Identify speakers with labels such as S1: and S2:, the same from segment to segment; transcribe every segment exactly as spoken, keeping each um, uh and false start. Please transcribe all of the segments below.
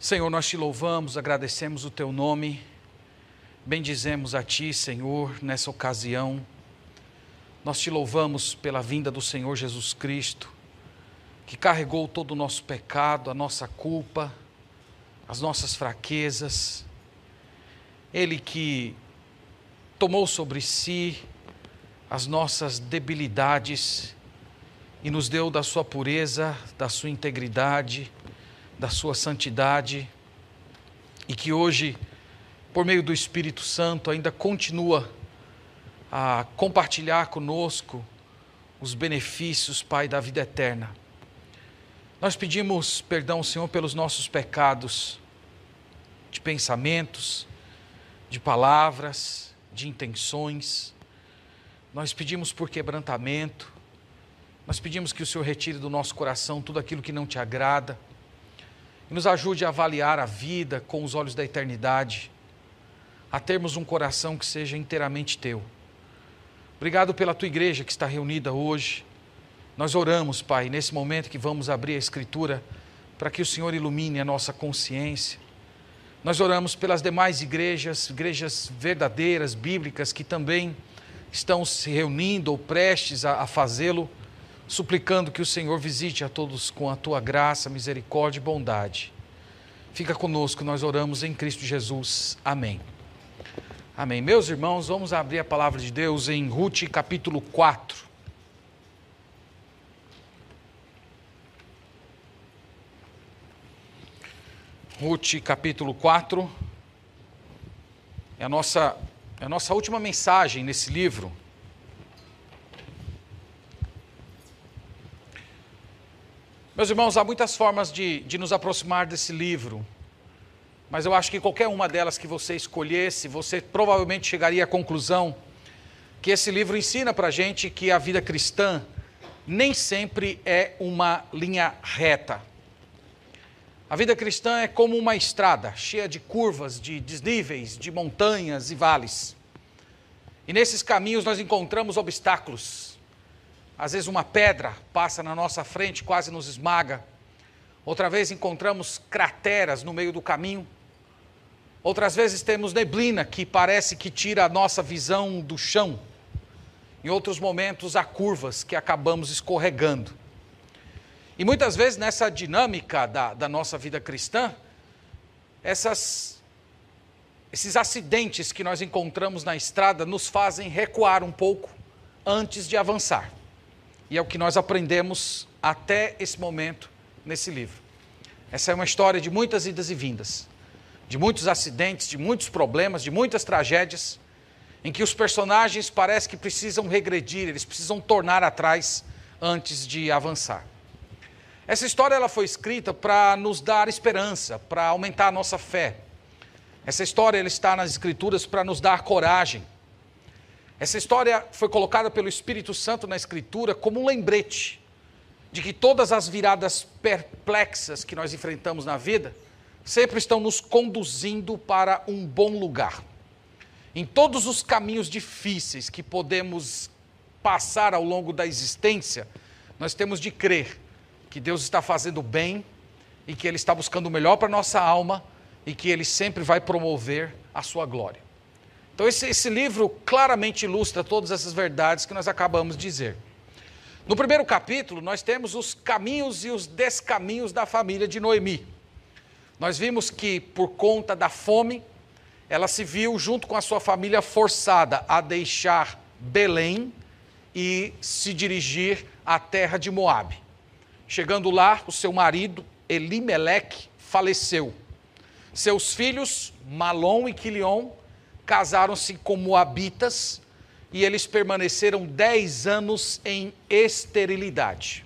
S1: Senhor, nós te louvamos, agradecemos o teu nome, bendizemos a ti, Senhor, nessa ocasião. Nós te louvamos pela vinda do Senhor Jesus Cristo, que carregou todo o nosso pecado, a nossa culpa, as nossas fraquezas. Ele que tomou sobre si as nossas debilidades e nos deu da sua pureza, da sua integridade, da sua santidade, e que hoje, por meio do Espírito Santo, ainda continua a compartilhar conosco os benefícios, Pai, da vida eterna. Nós pedimos perdão, Senhor, pelos nossos pecados, de pensamentos, de palavras, de intenções. Nós pedimos por quebrantamento, nós pedimos que o Senhor retire do nosso coração tudo aquilo que não te agrada, e nos ajude a avaliar a vida com os olhos da eternidade, a termos um coração que seja inteiramente teu. Obrigado pela tua igreja que está reunida hoje. Nós oramos, Pai, nesse momento que vamos abrir a Escritura, para que o Senhor ilumine a nossa consciência. Nós oramos pelas demais igrejas, igrejas verdadeiras, bíblicas, que também estão se reunindo ou prestes a, a fazê-lo, suplicando que o Senhor visite a todos com a tua graça, misericórdia e bondade. Fica conosco, nós oramos em Cristo Jesus. Amém. Amém. Meus irmãos, vamos abrir a palavra de Deus em Ruth capítulo quatro. Ruth capítulo quatro. É a nossa, é a nossa última mensagem nesse livro. Meus irmãos, há muitas formas de, de nos aproximar desse livro, mas eu acho que qualquer uma delas que você escolhesse, você provavelmente chegaria à conclusão que esse livro ensina para a gente que a vida cristã nem sempre é uma linha reta. A vida cristã é como uma estrada, cheia de curvas, de desníveis, de montanhas e vales. E nesses caminhos nós encontramos obstáculos. Às vezes uma pedra passa na nossa frente, quase nos esmaga. Outra vez encontramos crateras no meio do caminho. Outras vezes temos neblina que parece que tira a nossa visão do chão. Em outros momentos há curvas que acabamos escorregando. E muitas vezes nessa dinâmica da, da nossa vida cristã, essas, esses acidentes que nós encontramos na estrada nos fazem recuar um pouco antes de avançar. E é o que nós aprendemos até esse momento nesse livro. Essa é uma história de muitas idas e vindas, de muitos acidentes, de muitos problemas, de muitas tragédias, em que os personagens parecem que precisam regredir, eles precisam tornar atrás antes de avançar. Essa história ela foi escrita para nos dar esperança, para aumentar a nossa fé. Essa história ela está nas Escrituras para nos dar coragem. Essa história foi colocada pelo Espírito Santo na Escritura como um lembrete de que todas as viradas perplexas que nós enfrentamos na vida sempre estão nos conduzindo para um bom lugar. Em todos os caminhos difíceis que podemos passar ao longo da existência, nós temos de crer que Deus está fazendo bem e que Ele está buscando o melhor para a nossa alma e que Ele sempre vai promover a sua glória. Então esse, esse livro claramente ilustra todas essas verdades que nós acabamos de dizer. No primeiro capítulo, nós temos os caminhos e os descaminhos da família de Noemi. Nós vimos que, por conta da fome, ela se viu, junto com a sua família, forçada a deixar Belém e se dirigir à terra de Moabe. Chegando lá, o seu marido, Elimeleque, faleceu. Seus filhos, Malom e Quilion, casaram-se com moabitas e eles permaneceram dez anos em esterilidade.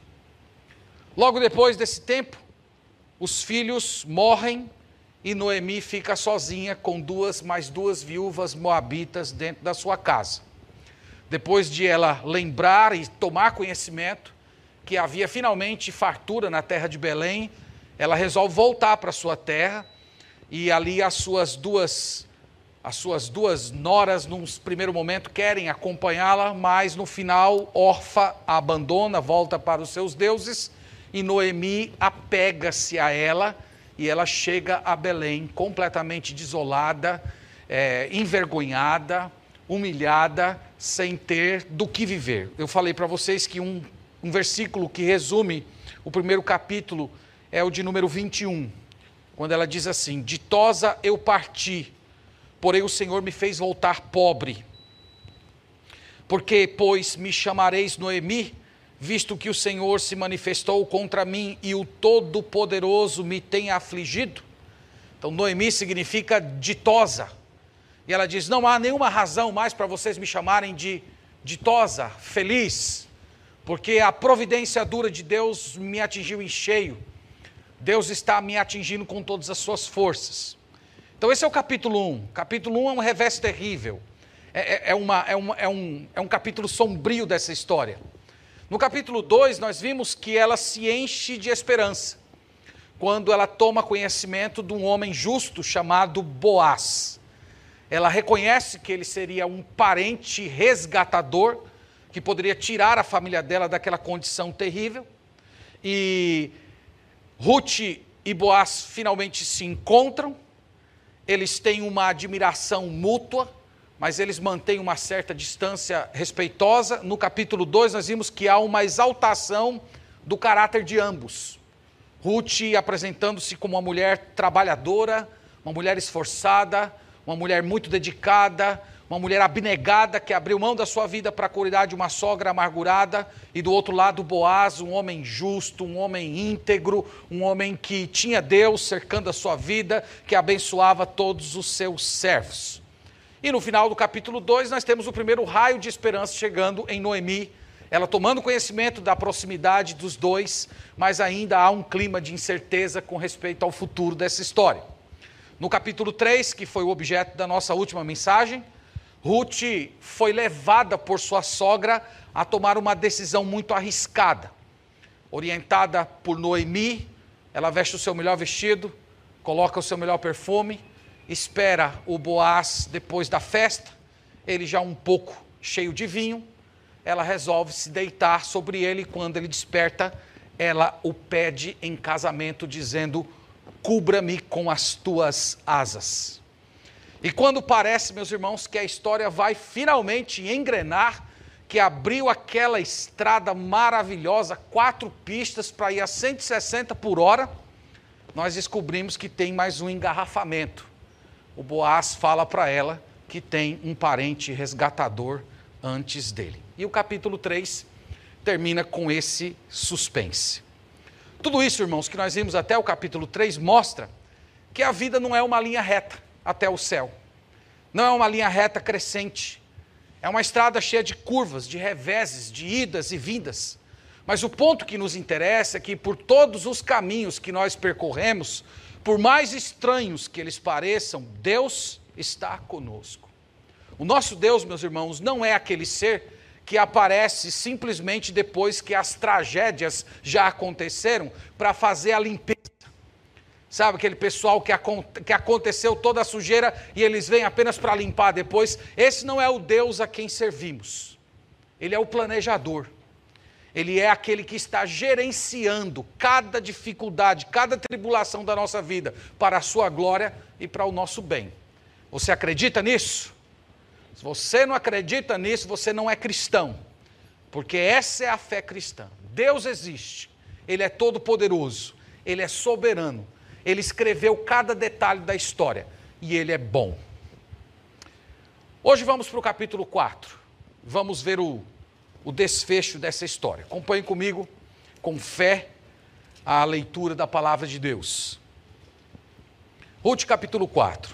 S1: Logo depois desse tempo, os filhos morrem e Noemi fica sozinha com duas, mais duas viúvas moabitas dentro da sua casa. Depois de ela lembrar e tomar conhecimento que havia finalmente fartura na terra de Belém, ela resolve voltar para sua terra e ali as suas duas As suas duas noras, num primeiro momento, querem acompanhá-la, mas no final, Orfa a abandona, volta para os seus deuses, e Noemi apega-se a ela e ela chega a Belém completamente desolada, é, envergonhada, humilhada, sem ter do que viver. Eu falei para vocês que um, um versículo que resume o primeiro capítulo é o de número vinte e um, quando ela diz assim: ditosa eu parti, porém o Senhor me fez voltar pobre. Porque, pois, me chamareis Noemi, visto que o Senhor se manifestou contra mim e o Todo-Poderoso me tem afligido? Então, Noemi significa ditosa. E ela diz: não há nenhuma razão mais para vocês me chamarem de ditosa, feliz, porque a providência dura de Deus me atingiu em cheio. Deus está me atingindo com todas as suas forças. Então esse é o capítulo um. Capítulo um é um revés terrível. É, é, uma, é, uma, é, um, é um capítulo sombrio dessa história. No capítulo dois nós vimos que ela se enche de esperança, quando ela toma conhecimento de um homem justo chamado Boaz. Ela reconhece que ele seria um parente resgatador, que poderia tirar a família dela daquela condição terrível. E Ruth e Boaz finalmente se encontram, eles têm uma admiração mútua, mas eles mantêm uma certa distância respeitosa. No capítulo dois nós vimos que há uma exaltação do caráter de ambos. Ruth apresentando-se como uma mulher trabalhadora, uma mulher esforçada, uma mulher muito dedicada, uma mulher abnegada que abriu mão da sua vida para cuidar de uma sogra amargurada, e do outro lado Boaz, um homem justo, um homem íntegro, um homem que tinha Deus cercando a sua vida, que abençoava todos os seus servos. E no final do capítulo dois nós temos o primeiro raio de esperança chegando em Noemi, ela tomando conhecimento da proximidade dos dois, mas ainda há um clima de incerteza com respeito ao futuro dessa história. No capítulo três, que foi o objeto da nossa última mensagem, Ruth foi levada por sua sogra a tomar uma decisão muito arriscada. Orientada por Noemi, ela veste o seu melhor vestido, coloca o seu melhor perfume, espera o Boaz depois da festa, ele já um pouco cheio de vinho, ela resolve se deitar sobre ele, e quando ele desperta, ela o pede em casamento, dizendo: cubra-me com as tuas asas. E quando parece, meus irmãos, que a história vai finalmente engrenar, que abriu aquela estrada maravilhosa, quatro pistas para ir a cento e sessenta por hora, nós descobrimos que tem mais um engarrafamento. O Boaz fala para ela que tem um parente resgatador antes dele. E o capítulo três termina com esse suspense. Tudo isso, irmãos, que nós vimos até o capítulo três, mostra que a vida não é uma linha reta até o céu. Não é uma linha reta crescente. É uma estrada cheia de curvas, de reveses, de idas e vindas. Mas o ponto que nos interessa é que por todos os caminhos que nós percorremos, por mais estranhos que eles pareçam, Deus está conosco. O nosso Deus, meus irmãos, não é aquele ser que aparece simplesmente depois que as tragédias já aconteceram para fazer a limpeza. Sabe aquele pessoal que, que aconteceu toda a sujeira e eles vêm apenas para limpar depois? Esse não é o Deus a quem servimos. Ele é o planejador. Ele é aquele que está gerenciando cada dificuldade, cada tribulação da nossa vida para a sua glória e para o nosso bem. Você acredita nisso? Se você não acredita nisso, você não é cristão. Porque essa é a fé cristã. Deus existe. Ele é todo poderoso. Ele é soberano. Ele escreveu cada detalhe da história. E ele é bom. Hoje vamos para o capítulo quatro. Vamos ver o, o desfecho dessa história. Acompanhe comigo, com fé, a leitura da palavra de Deus. Ruth capítulo quatro.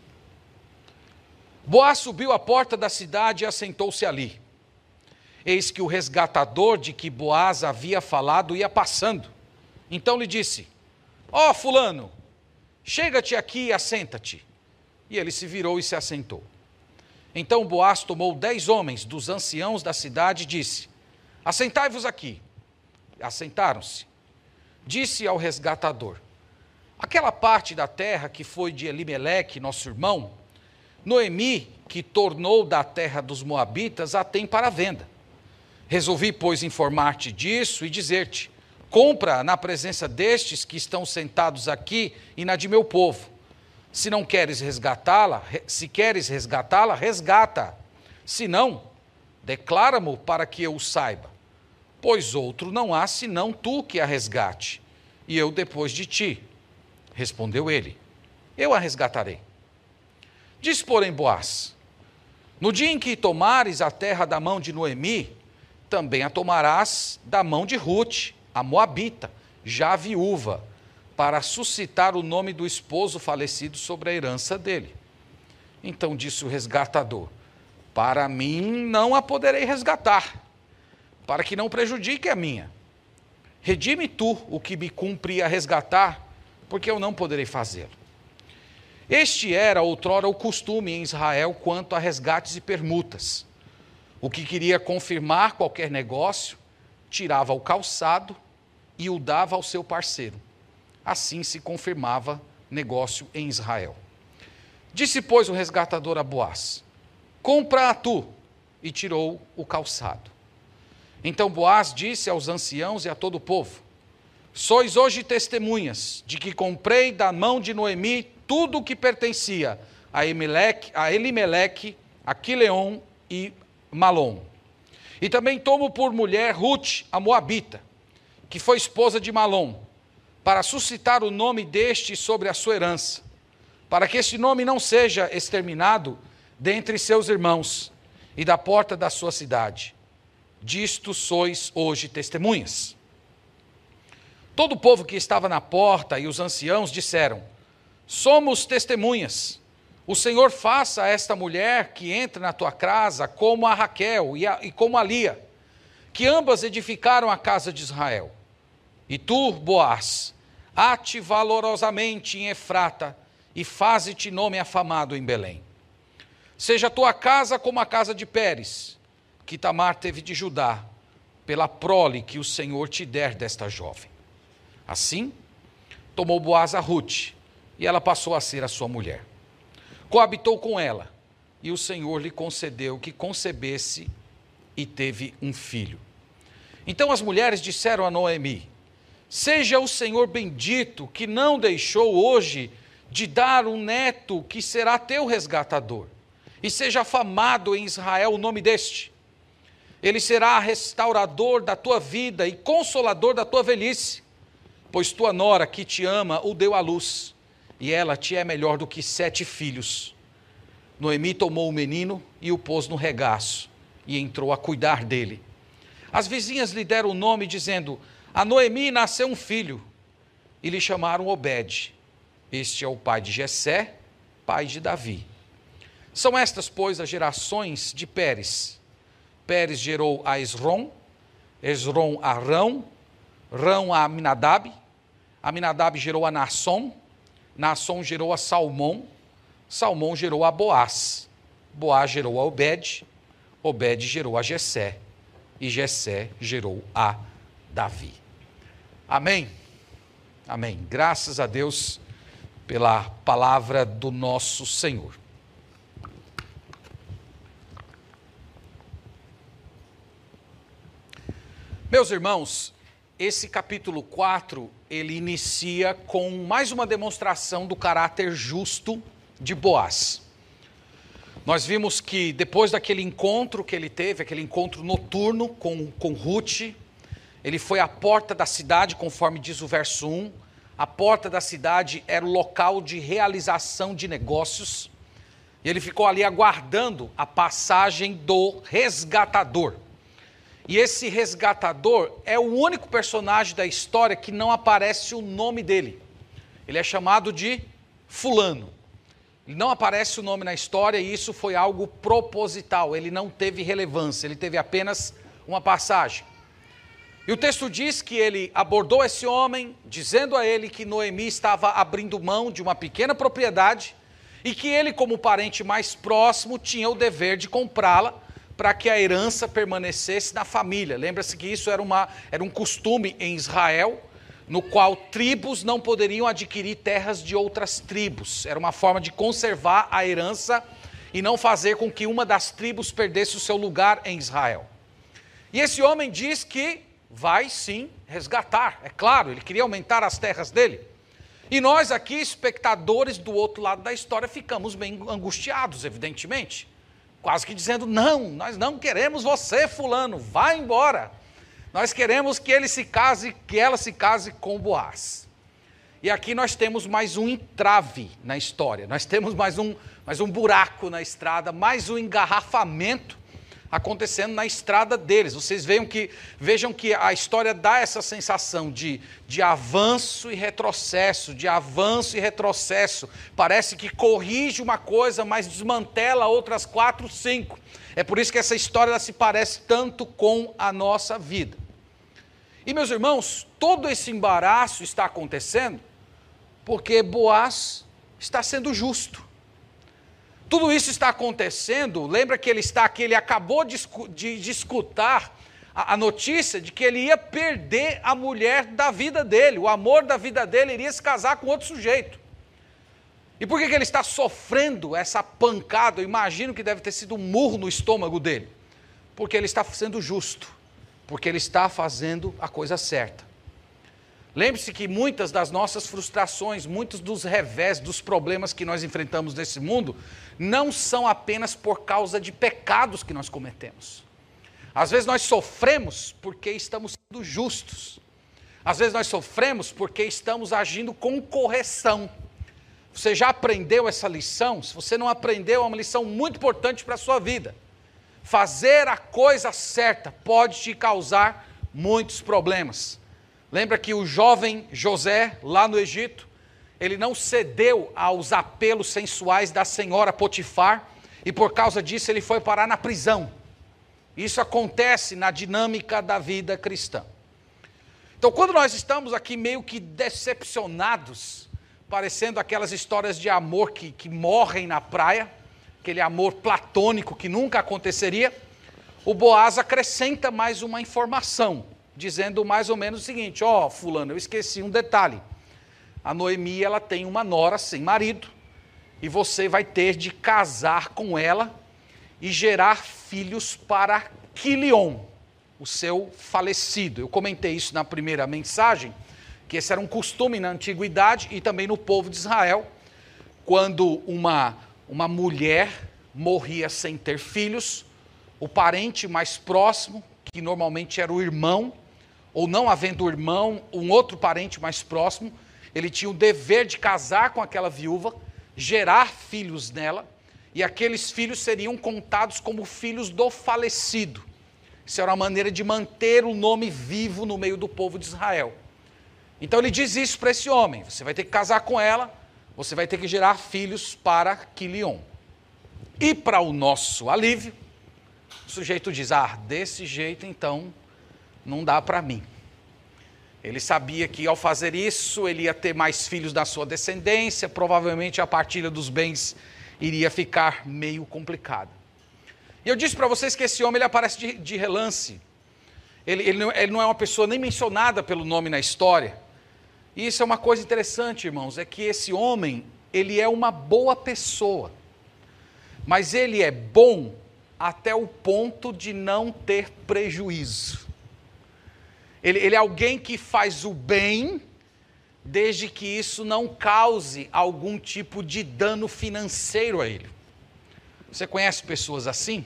S1: Boaz subiu à porta da cidade e assentou-se ali. Eis que o resgatador de que Boaz havia falado ia passando. Então lhe disse: ó, fulano, chega-te aqui e assenta-te. E ele se virou e se assentou. Então Boaz tomou dez homens dos anciãos da cidade e disse: assentai-vos aqui. Assentaram-se. Disse ao resgatador: aquela parte da terra que foi de Elimeleque, nosso irmão, Noemi, que tornou da terra dos moabitas, a tem para venda. Resolvi, pois, informar-te disso e dizer-te: Compra na presença destes que estão sentados aqui e na de meu povo. Se não queres resgatá-la, se queres resgatá-la, resgata. Se não, declara-mo para que eu o saiba. Pois outro não há senão tu que a resgate, e eu depois de ti. Respondeu ele: eu a resgatarei. Diz, porém, Boaz: no dia em que tomares a terra da mão de Noemi, também a tomarás da mão de Rute, a moabita, já viúva, para suscitar o nome do esposo falecido sobre a herança dele. Então disse o resgatador: para mim não a poderei resgatar, para que não prejudique a minha. Redime tu o que me cumpre a resgatar, porque eu não poderei fazê-lo. Este era outrora o costume em Israel quanto a resgates e permutas. O que queria confirmar qualquer negócio, tirava o calçado e o dava ao seu parceiro. Assim se confirmava negócio em Israel. Disse, pois, o resgatador a Boaz: compra a tu, e tirou o calçado. Então Boaz disse aos anciãos e a todo o povo: sois hoje testemunhas de que comprei da mão de Noemi tudo o que pertencia a Elimelec, a Elimeleque, a Quileon e Malom. E também tomo por mulher Rute, a moabita, que foi esposa de Malom, para suscitar o nome deste sobre a sua herança, para que este nome não seja exterminado dentre seus irmãos e da porta da sua cidade. Disto sois hoje testemunhas. Todo o povo que estava na porta e os anciãos disseram: somos testemunhas. O Senhor faça a esta mulher que entra na tua casa como a Raquel e, a, e como a Lia, que ambas edificaram a casa de Israel. E tu, Boaz, ate valorosamente em Efrata e faze-te nome afamado em Belém. Seja a tua casa como a casa de Pérez, que Tamar teve de Judá, pela prole que o Senhor te der desta jovem. Assim, tomou Boaz a Rute, e ela passou a ser a sua mulher. Coabitou com ela, e o Senhor lhe concedeu que concebesse e teve um filho. Então as mulheres disseram a Noemi: seja o Senhor bendito, que não deixou hoje de dar um neto que será teu resgatador, e seja afamado em Israel o nome deste. Ele será restaurador da tua vida e consolador da tua velhice, pois tua nora que te ama o deu à luz, e ela te é melhor do que sete filhos. Noemi tomou o menino e o pôs no regaço, e entrou a cuidar dele. As vizinhas lhe deram o nome, dizendo: a Noemi nasceu um filho, e lhe chamaram Obed. Este é o pai de Jessé, pai de Davi. São estas, pois, as gerações de Pérez. Pérez gerou a Esrom, Esrom a Rão, Rão a Aminadab, Aminadab gerou a Naasson, Naasson gerou a Salmão, Salmão gerou a Boaz, Boaz gerou a Obed, Obed gerou a Jessé, e Jessé gerou a Davi. Amém? Amém. Graças a Deus pela palavra do nosso Senhor. Meus irmãos, esse capítulo quatro, ele inicia com mais uma demonstração do caráter justo de Boaz. Nós vimos que depois daquele encontro que ele teve, aquele encontro noturno com, com Rute, ele foi à porta da cidade, conforme diz o verso um. A porta da cidade era o local de realização de negócios, e ele ficou ali aguardando a passagem do resgatador. E esse resgatador é o único personagem da história que não aparece o nome dele. Ele é chamado de fulano. Não aparece o nome na história, e isso foi algo proposital. Ele não teve relevância, ele teve apenas uma passagem. E o texto diz que ele abordou esse homem, dizendo a ele que Noemi estava abrindo mão de uma pequena propriedade, e que ele, como parente mais próximo, tinha o dever de comprá-la, para que a herança permanecesse na família. Lembra-se que isso era, uma, era um costume em Israel, no qual tribos não poderiam adquirir terras de outras tribos. Era uma forma de conservar a herança e não fazer com que uma das tribos perdesse o seu lugar em Israel. E esse homem diz que vai sim resgatar, é claro, ele queria aumentar as terras dele. E nós aqui, espectadores do outro lado da história, ficamos bem angustiados, evidentemente. Quase que dizendo, não, nós não queremos você, fulano, vá embora. Nós queremos que ele se case, que ela se case com Boaz. E aqui nós temos mais um entrave na história, nós temos mais um, mais um buraco na estrada, mais um engarrafamento acontecendo na estrada deles. Vocês vejam que, vejam que a história dá essa sensação de, de avanço e retrocesso, de avanço e retrocesso. Parece que corrige uma coisa, mas desmantela outras quatro, cinco. É por isso que essa história ela se parece tanto com a nossa vida. E meus irmãos, todo esse embaraço está acontecendo porque Boaz está sendo justo. Tudo isso está acontecendo, lembra que ele está aqui, ele acabou de, de, de escutar a, a notícia de que ele ia perder a mulher da vida dele, o amor da vida dele, iria se casar com outro sujeito. E por que, que ele está sofrendo essa pancada? Eu imagino que deve ter sido um murro no estômago dele. Porque ele está sendo justo, porque ele está fazendo a coisa certa. Lembre-se que muitas das nossas frustrações, muitos dos revés, dos problemas que nós enfrentamos nesse mundo, não são apenas por causa de pecados que nós cometemos. Às vezes nós sofremos porque estamos sendo justos. Às vezes nós sofremos porque estamos agindo com correção. Você já aprendeu essa lição? Se você não aprendeu, é uma lição muito importante para a sua vida. Fazer a coisa certa pode te causar muitos problemas. Lembra que o jovem José, lá no Egito, ele não cedeu aos apelos sensuais da senhora Potifar, e por causa disso ele foi parar na prisão. Isso acontece na dinâmica da vida cristã. Então, quando nós estamos aqui meio que decepcionados, parecendo aquelas histórias de amor que, que morrem na praia, aquele amor platônico que nunca aconteceria, o Boaz acrescenta mais uma informação, dizendo mais ou menos o seguinte: ó, oh, fulano, eu esqueci um detalhe. A Noemi, ela tem uma nora sem marido, e você vai ter de casar com ela e gerar filhos para Quilion, o seu falecido. Eu comentei isso na primeira mensagem, que esse era um costume na antiguidade e também no povo de Israel, quando uma, uma mulher morria sem ter filhos, o parente mais próximo, que normalmente era o irmão, ou não havendo irmão, um outro parente mais próximo, ele tinha o dever de casar com aquela viúva, gerar filhos nela, e aqueles filhos seriam contados como filhos do falecido. Isso era uma maneira de manter o nome vivo no meio do povo de Israel. Então ele diz isso para esse homem: você vai ter que casar com ela, você vai ter que gerar filhos para Quilion. E para o nosso alívio, o sujeito diz: ah, desse jeito então não dá para mim. Ele sabia que ao fazer isso, ele ia ter mais filhos da sua descendência, provavelmente a partilha dos bens iria ficar meio complicada. E eu disse para vocês que esse homem ele aparece de, de relance. Ele, ele, não, ele não é uma pessoa nem mencionada pelo nome na história. E isso é uma coisa interessante, irmãos, é que esse homem, ele é uma boa pessoa. Mas ele é bom até o ponto de não ter prejuízo. Ele, ele é alguém que faz o bem, desde que isso não cause algum tipo de dano financeiro a ele. Você conhece pessoas assim?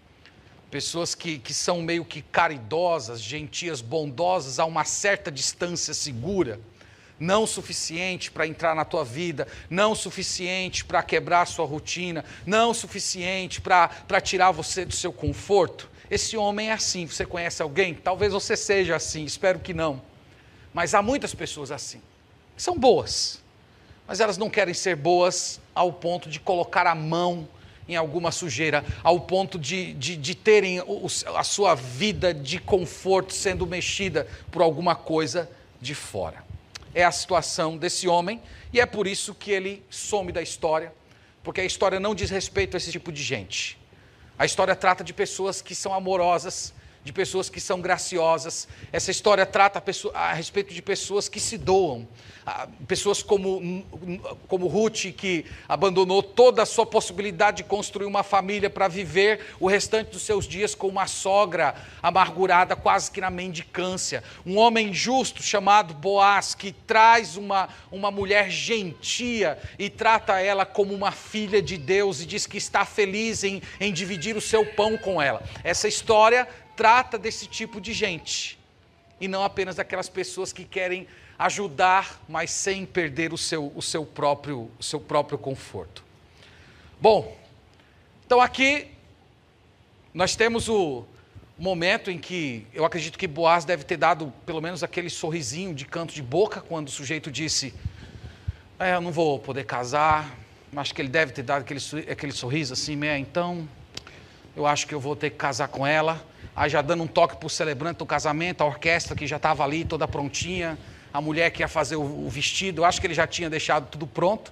S1: Pessoas que, que são meio que caridosas, gentias, bondosas, a uma certa distância segura, não suficiente para entrar na tua vida, não suficiente para quebrar a sua rotina, não suficiente para para tirar você do seu conforto. Esse homem é assim. Você conhece alguém? Talvez você seja assim, espero que não. Mas há muitas pessoas assim. São boas, mas elas não querem ser boas ao ponto de colocar a mão em alguma sujeira, ao ponto de, de, de terem o, a sua vida de conforto sendo mexida por alguma coisa de fora. É a situação desse homem, e é por isso que ele some da história, porque a história não diz respeito a esse tipo de gente. A história trata de pessoas que são amorosas, de pessoas que são graciosas. Essa história trata a, pessoa, a respeito de pessoas que se doam. Pessoas como, como Ruth, que abandonou toda a sua possibilidade de construir uma família para viver o restante dos seus dias com uma sogra amargurada, quase que na mendicância. Um homem justo chamado Boaz, que traz uma, uma mulher gentia e trata ela como uma filha de Deus e diz que está feliz em, em dividir o seu pão com ela. Essa história trata desse tipo de gente e não apenas daquelas pessoas que querem ajudar, mas sem perder o seu, o seu, próprio, o seu próprio conforto. Bom, então aqui nós temos o momento em que eu acredito que Boaz deve ter dado pelo menos aquele sorrisinho de canto de boca quando o sujeito disse: é, eu não vou poder casar. Acho que ele deve ter dado aquele, aquele sorriso assim, né? Então eu acho que eu vou ter que casar com ela. Aí já dando um toque para o celebrante do casamento, a orquestra que já estava ali toda prontinha, a mulher que ia fazer o vestido, eu acho que ele já tinha deixado tudo pronto.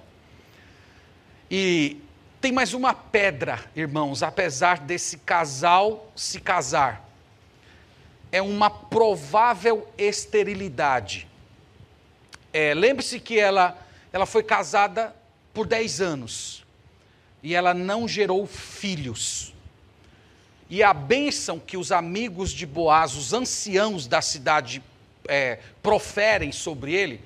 S1: E tem mais uma pedra, irmãos, apesar desse casal se casar. É uma provável esterilidade. É, lembre-se que ela, ela foi casada por dez anos e ela não gerou filhos. E a bênção que os amigos de Boaz, os anciãos da cidade, É, proferem sobre ele,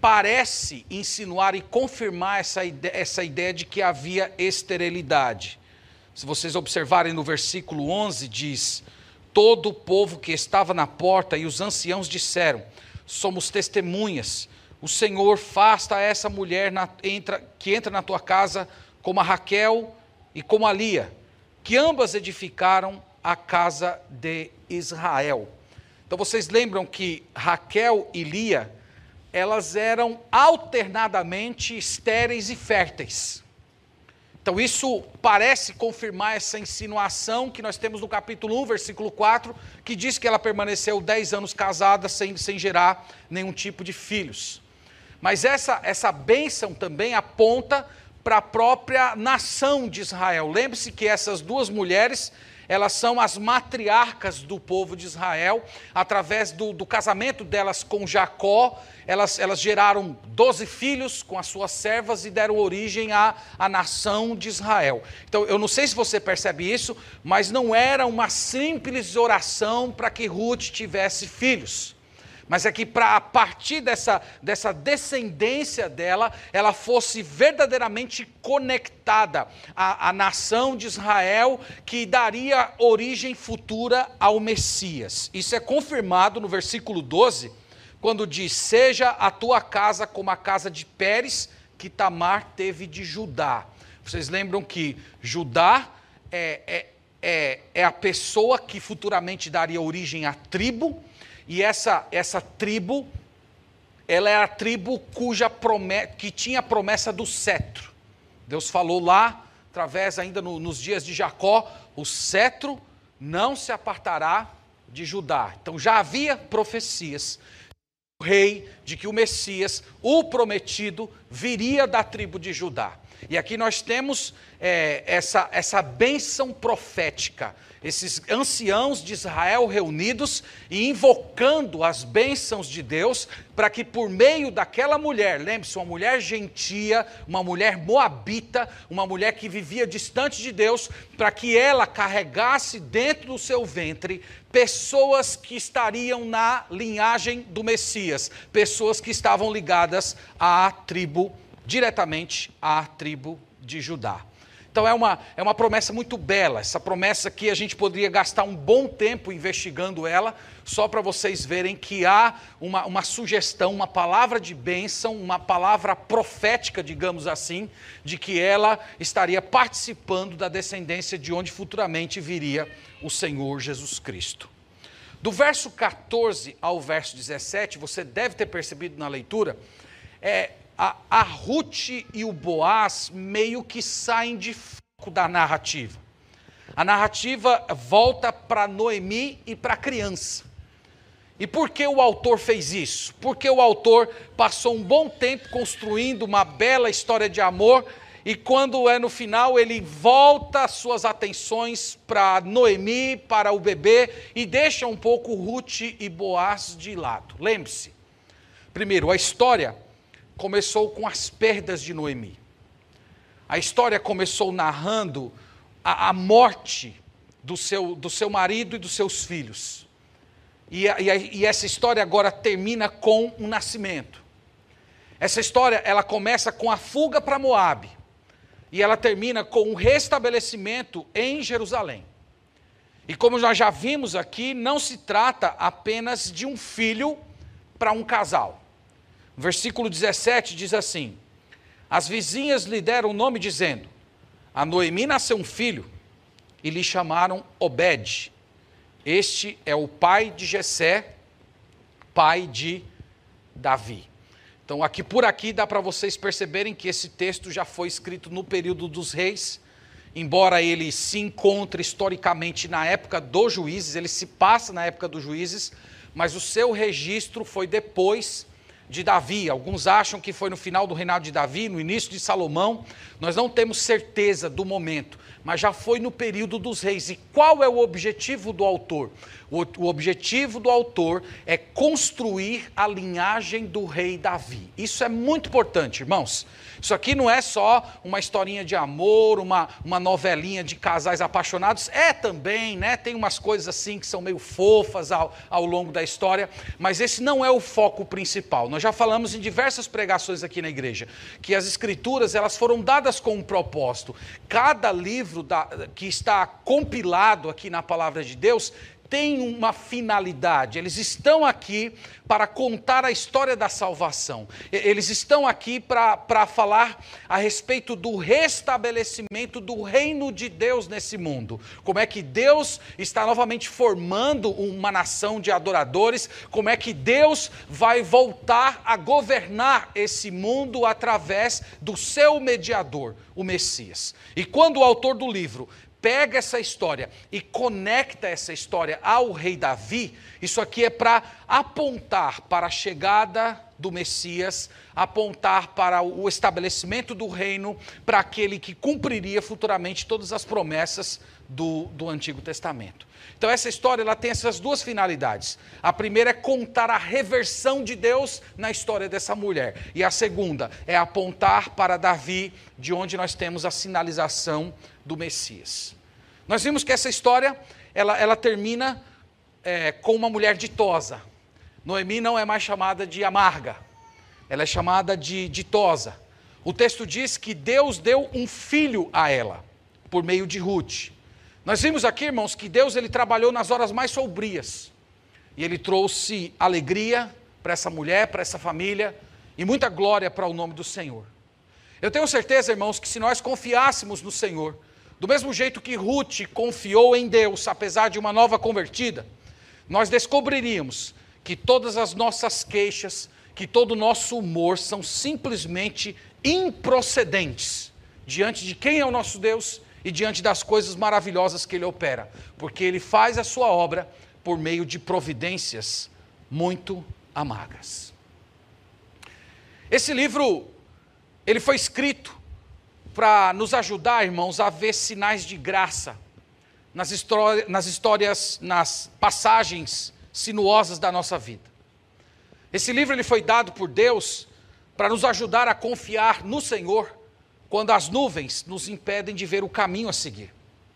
S1: parece insinuar e confirmar essa ideia, essa ideia de que havia esterilidade. Se vocês observarem no versículo onze, diz: todo o povo que estava na porta e os anciãos disseram: somos testemunhas, o Senhor faça a essa mulher na, entra, que entra na tua casa como a Raquel e como a Lia, que ambas edificaram a casa de Israel. Então vocês lembram que Raquel e Lia, elas eram alternadamente estéreis e férteis. Então isso parece confirmar essa insinuação que nós temos no capítulo um, versículo quatro, que diz que ela permaneceu dez anos casada sem, sem gerar nenhum tipo de filhos. Mas essa, essa bênção também aponta para a própria nação de Israel. Lembre-se que essas duas mulheres, elas são as matriarcas do povo de Israel. Através do, do casamento delas com Jacó, elas, elas geraram doze filhos com as suas servas e deram origem à, à nação de Israel. Então, eu não sei se você percebe isso, mas não era uma simples oração para que Ruth tivesse filhos. Mas é que para a partir dessa, dessa descendência dela, ela fosse verdadeiramente conectada à, à nação de Israel, que daria origem futura ao Messias. Isso é confirmado no versículo doze, quando diz: seja a tua casa como a casa de Pérez, que Tamar teve de Judá. Vocês lembram que Judá é, é, é, é a pessoa que futuramente daria origem à tribo. E essa, essa tribo, ela é a tribo cuja promessa, que tinha a promessa do cetro. Deus falou lá, através ainda no, nos dias de Jacó: o cetro não se apartará de Judá. Então já havia profecias do rei, de que o Messias, o prometido, viria da tribo de Judá. E aqui nós temos é, essa, essa bênção profética, esses anciãos de Israel reunidos e invocando as bênçãos de Deus, para que por meio daquela mulher, lembre-se, uma mulher gentia, uma mulher moabita, uma mulher que vivia distante de Deus, para que ela carregasse dentro do seu ventre pessoas que estariam na linhagem do Messias, pessoas que estavam ligadas à tribo, diretamente à tribo de Judá. Então é uma, é uma promessa muito bela, essa promessa que a gente poderia gastar um bom tempo investigando ela, só para vocês verem que há uma, uma sugestão, uma palavra de bênção, uma palavra profética, digamos assim, de que ela estaria participando da descendência de onde futuramente viria o Senhor Jesus Cristo. Do verso catorze ao verso dezessete, você deve ter percebido na leitura, é, A, a Ruth e o Boaz meio que saem de foco da narrativa. A narrativa volta para Noemi e para a criança. E por que o autor fez isso? Porque o autor passou um bom tempo construindo uma bela história de amor e quando é no final, ele volta suas atenções para Noemi, para o bebê, e deixa um pouco Ruth e Boaz de lado. Lembre-se, primeiro, a história começou com as perdas de Noemi. A história começou narrando a, a morte do seu, do seu marido e dos seus filhos. E, a, e, a, e essa história agora termina com um nascimento. Essa história, ela começa com a fuga para Moabe. E ela termina com um restabelecimento em Jerusalém. E como nós já vimos aqui, não se trata apenas de um filho para um casal. O versículo dezessete diz assim: as vizinhas lhe deram o nome dizendo, a Noemi nasceu um filho, e lhe chamaram Obed. Este é o pai de Jessé, pai de Davi. Então, aqui por aqui dá para vocês perceberem que esse texto já foi escrito no período dos reis, embora ele se encontre historicamente na época dos juízes, ele se passa na época dos juízes, mas o seu registro foi depois de Davi. Alguns acham que foi no final do reinado de Davi, no início de Salomão. Nós não temos certeza do momento, mas já foi no período dos reis. E qual é o objetivo do autor? O, o objetivo do autor é construir a linhagem do rei Davi. Isso é muito importante, irmãos. Isso aqui não é só uma historinha de amor, uma, uma novelinha de casais apaixonados. É também, né? Tem umas coisas assim que são meio fofas ao, ao longo da história, mas esse não é o foco principal. Nós já falamos em diversas pregações aqui na igreja, que as escrituras, elas foram dadas com um propósito. Cada livro da, que está compilado aqui na palavra de Deus tem uma finalidade. Eles estão aqui para contar a história da salvação. Eles estão aqui para, para falar a respeito do restabelecimento do reino de Deus nesse mundo. Como é que Deus está novamente formando uma nação de adoradores, como é que Deus vai voltar a governar esse mundo através do seu mediador, o Messias. E quando o autor do livro pega essa história e conecta essa história ao rei Davi, isso aqui é para apontar para a chegada do Messias, apontar para o estabelecimento do reino, para aquele que cumpriria futuramente todas as promessas do, do Antigo Testamento. Então essa história, ela tem essas duas finalidades. A primeira é contar a reversão de Deus na história dessa mulher. E a segunda é apontar para Davi, de onde nós temos a sinalização do Messias. Nós vimos que essa história, ela, ela termina é, com uma mulher ditosa. Noemi não é mais chamada de amarga, ela é chamada de ditosa. O texto diz que Deus deu um filho a ela, por meio de Ruth. Nós vimos aqui, irmãos, que Deus, ele trabalhou nas horas mais sombrias, e ele trouxe alegria para essa mulher, para essa família, e muita glória para o nome do Senhor. Eu tenho certeza, irmãos, que se nós confiássemos no Senhor, do mesmo jeito que Ruth confiou em Deus, apesar de uma nova convertida, nós descobriríamos que todas as nossas queixas, que todo o nosso humor são simplesmente improcedentes diante de quem é o nosso Deus e diante das coisas maravilhosas que Ele opera, porque Ele faz a sua obra por meio de providências muito amargas. Esse livro, ele foi escrito para nos ajudar, irmãos, a ver sinais de graça nas, histórias, nas histórias, nas passagens sinuosas da nossa vida. Esse livro, ele foi dado por Deus para nos ajudar a confiar no Senhor quando as nuvens nos impedem de ver o caminho a seguir.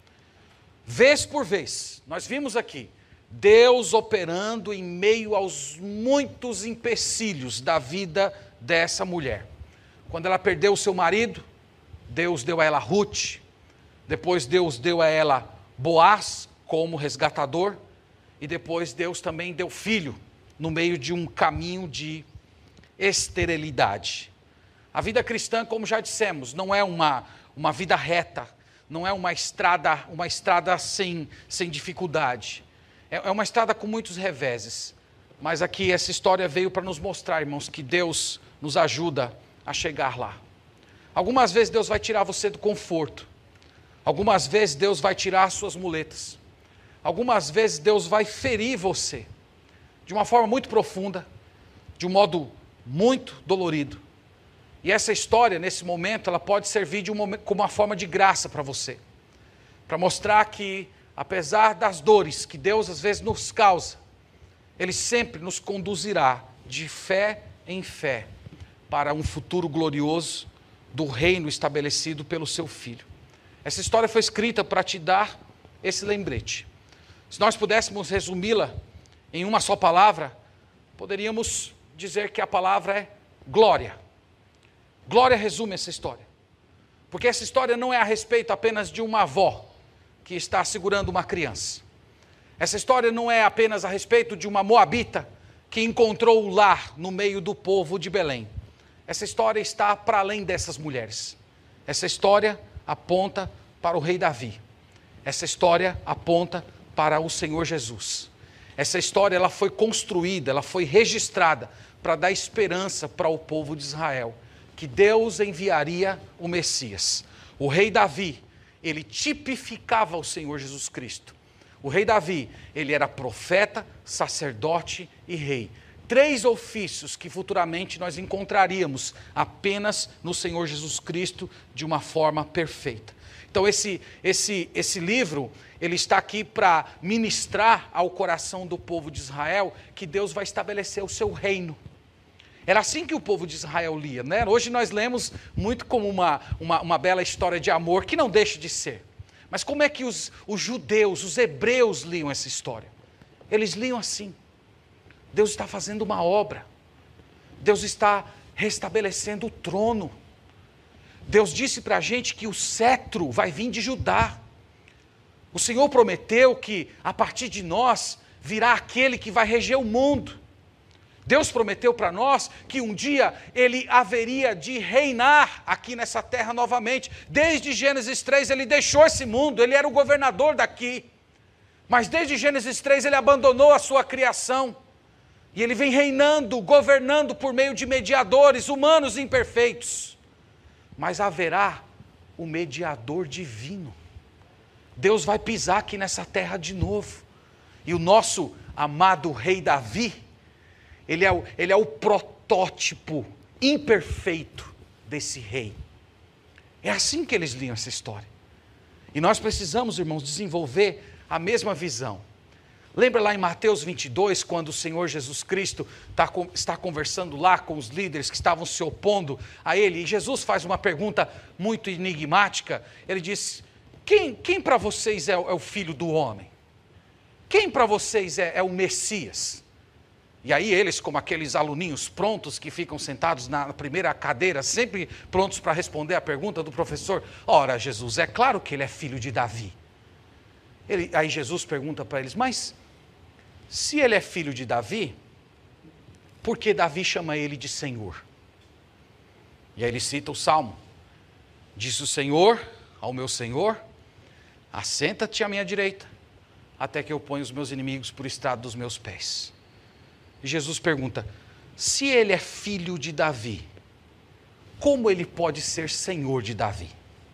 S1: Vez por vez, nós vimos aqui Deus operando em meio aos muitos empecilhos da vida dessa mulher. Quando ela perdeu o seu marido, Deus deu a ela Ruth, depois Deus deu a ela Boaz como resgatador, e depois Deus também deu filho no meio de um caminho de esterilidade. A vida cristã, como já dissemos, não é uma, uma vida reta, não é uma estrada, uma estrada sem, sem dificuldade. É, é uma estrada com muitos reveses. Mas aqui essa história veio para nos mostrar, irmãos, que Deus nos ajuda a chegar lá. Algumas vezes Deus vai tirar você do conforto. Algumas vezes Deus vai tirar as suas muletas. Algumas vezes Deus vai ferir você de uma forma muito profunda, de um modo muito dolorido. E essa história, nesse momento, ela pode servir de um momento, como uma forma de graça para você. Para mostrar que, apesar das dores que Deus às vezes nos causa, Ele sempre nos conduzirá de fé em fé para um futuro glorioso do reino estabelecido pelo seu Filho. Essa história foi escrita para te dar esse lembrete. Se nós pudéssemos resumi-la em uma só palavra, poderíamos dizer que a palavra é glória. Glória resume essa história. Porque essa história não é a respeito apenas de uma avó que está segurando uma criança. Essa história não é apenas a respeito de uma moabita que encontrou o lar no meio do povo de Belém. Essa história está para além dessas mulheres. Essa história aponta para o rei Davi. Essa história aponta para o Senhor Jesus. Essa história ela foi construída, ela foi registrada para dar esperança para o povo de Israel, que Deus enviaria o Messias. O rei Davi, ele tipificava o Senhor Jesus Cristo. O rei Davi, ele era profeta, sacerdote e rei. Três ofícios que futuramente nós encontraríamos apenas no Senhor Jesus Cristo de uma forma perfeita. Então esse, esse, esse livro, ele está aqui para ministrar ao coração do povo de Israel que Deus vai estabelecer o seu reino. Era assim que o povo de Israel lia, né? Hoje nós lemos muito como uma, uma, uma bela história de amor, que não deixa de ser. Mas como é que os, os judeus, os hebreus liam essa história? Eles liam assim: Deus está fazendo uma obra, Deus está restabelecendo o trono. Deus disse para a gente que o cetro vai vir de Judá. O Senhor prometeu que a partir de nós virá aquele que vai reger o mundo. Deus prometeu para nós que um dia Ele haveria de reinar aqui nessa terra novamente. Desde Gênesis três Ele deixou esse mundo, Ele era o governador daqui. Mas desde Gênesis três Ele abandonou a sua criação. E Ele vem reinando, governando por meio de mediadores humanos imperfeitos. Mas haverá o mediador divino. Deus vai pisar aqui nessa terra de novo. E o nosso amado rei Davi, ele é o, ele é o protótipo imperfeito desse rei. É assim que eles liam essa história. E nós precisamos, irmãos, desenvolver a mesma visão. Lembra lá em Mateus vinte e dois, quando o Senhor Jesus Cristo está, está conversando lá com os líderes que estavam se opondo a Ele, e Jesus faz uma pergunta muito enigmática. Ele diz: quem, quem para vocês é o, é o Filho do Homem? Quem para vocês é, é o Messias? E aí eles, como aqueles aluninhos prontos que ficam sentados na primeira cadeira, sempre prontos para responder a pergunta do professor: ora, Jesus, é claro que ele é filho de Davi. Ele, aí Jesus pergunta para eles: mas se ele é filho de Davi, por que Davi chama ele de Senhor? E aí ele cita o Salmo. Disse o Senhor ao meu Senhor: assenta-te à minha direita, até que eu ponha os meus inimigos por estrado dos meus pés. E Jesus pergunta: se ele é filho de Davi, como ele pode ser Senhor de Davi?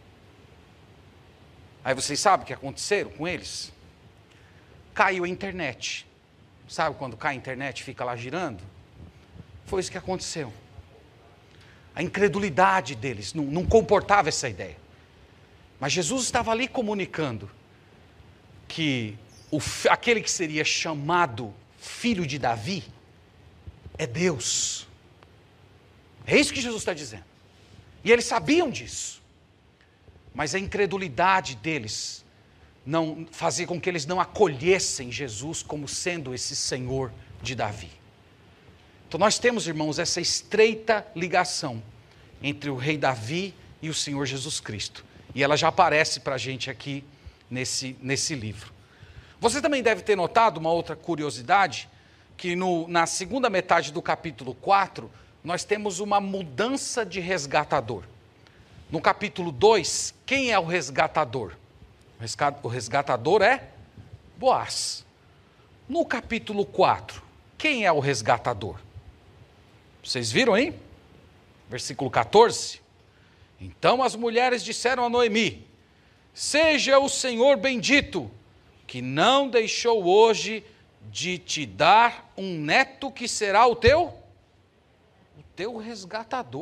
S1: Aí vocês sabem o que aconteceu com eles? Caiu a internet. Sabe quando cai a internet e fica lá girando? Foi isso que aconteceu. A incredulidade deles não, não comportava essa ideia. Mas Jesus estava ali comunicando que o, aquele que seria chamado filho de Davi é Deus. É isso que Jesus está dizendo. E eles sabiam disso. Mas a incredulidade deles não fazia com que eles não acolhessem Jesus como sendo esse Senhor de Davi. Então nós temos, irmãos, essa estreita ligação entre o rei Davi e o Senhor Jesus Cristo. E ela já aparece para a gente aqui nesse, nesse livro. Você também deve ter notado uma outra curiosidade, que no, na segunda metade do capítulo quatro, nós temos uma mudança de resgatador. No capítulo dois, quem é o resgatador? O resgatador é Boaz. No capítulo quatro, quem é o resgatador? Vocês viram aí? Versículo quatorze. Então as mulheres disseram a Noemi: seja o Senhor bendito, que não deixou hoje de te dar um neto que será o teu, o teu resgatador.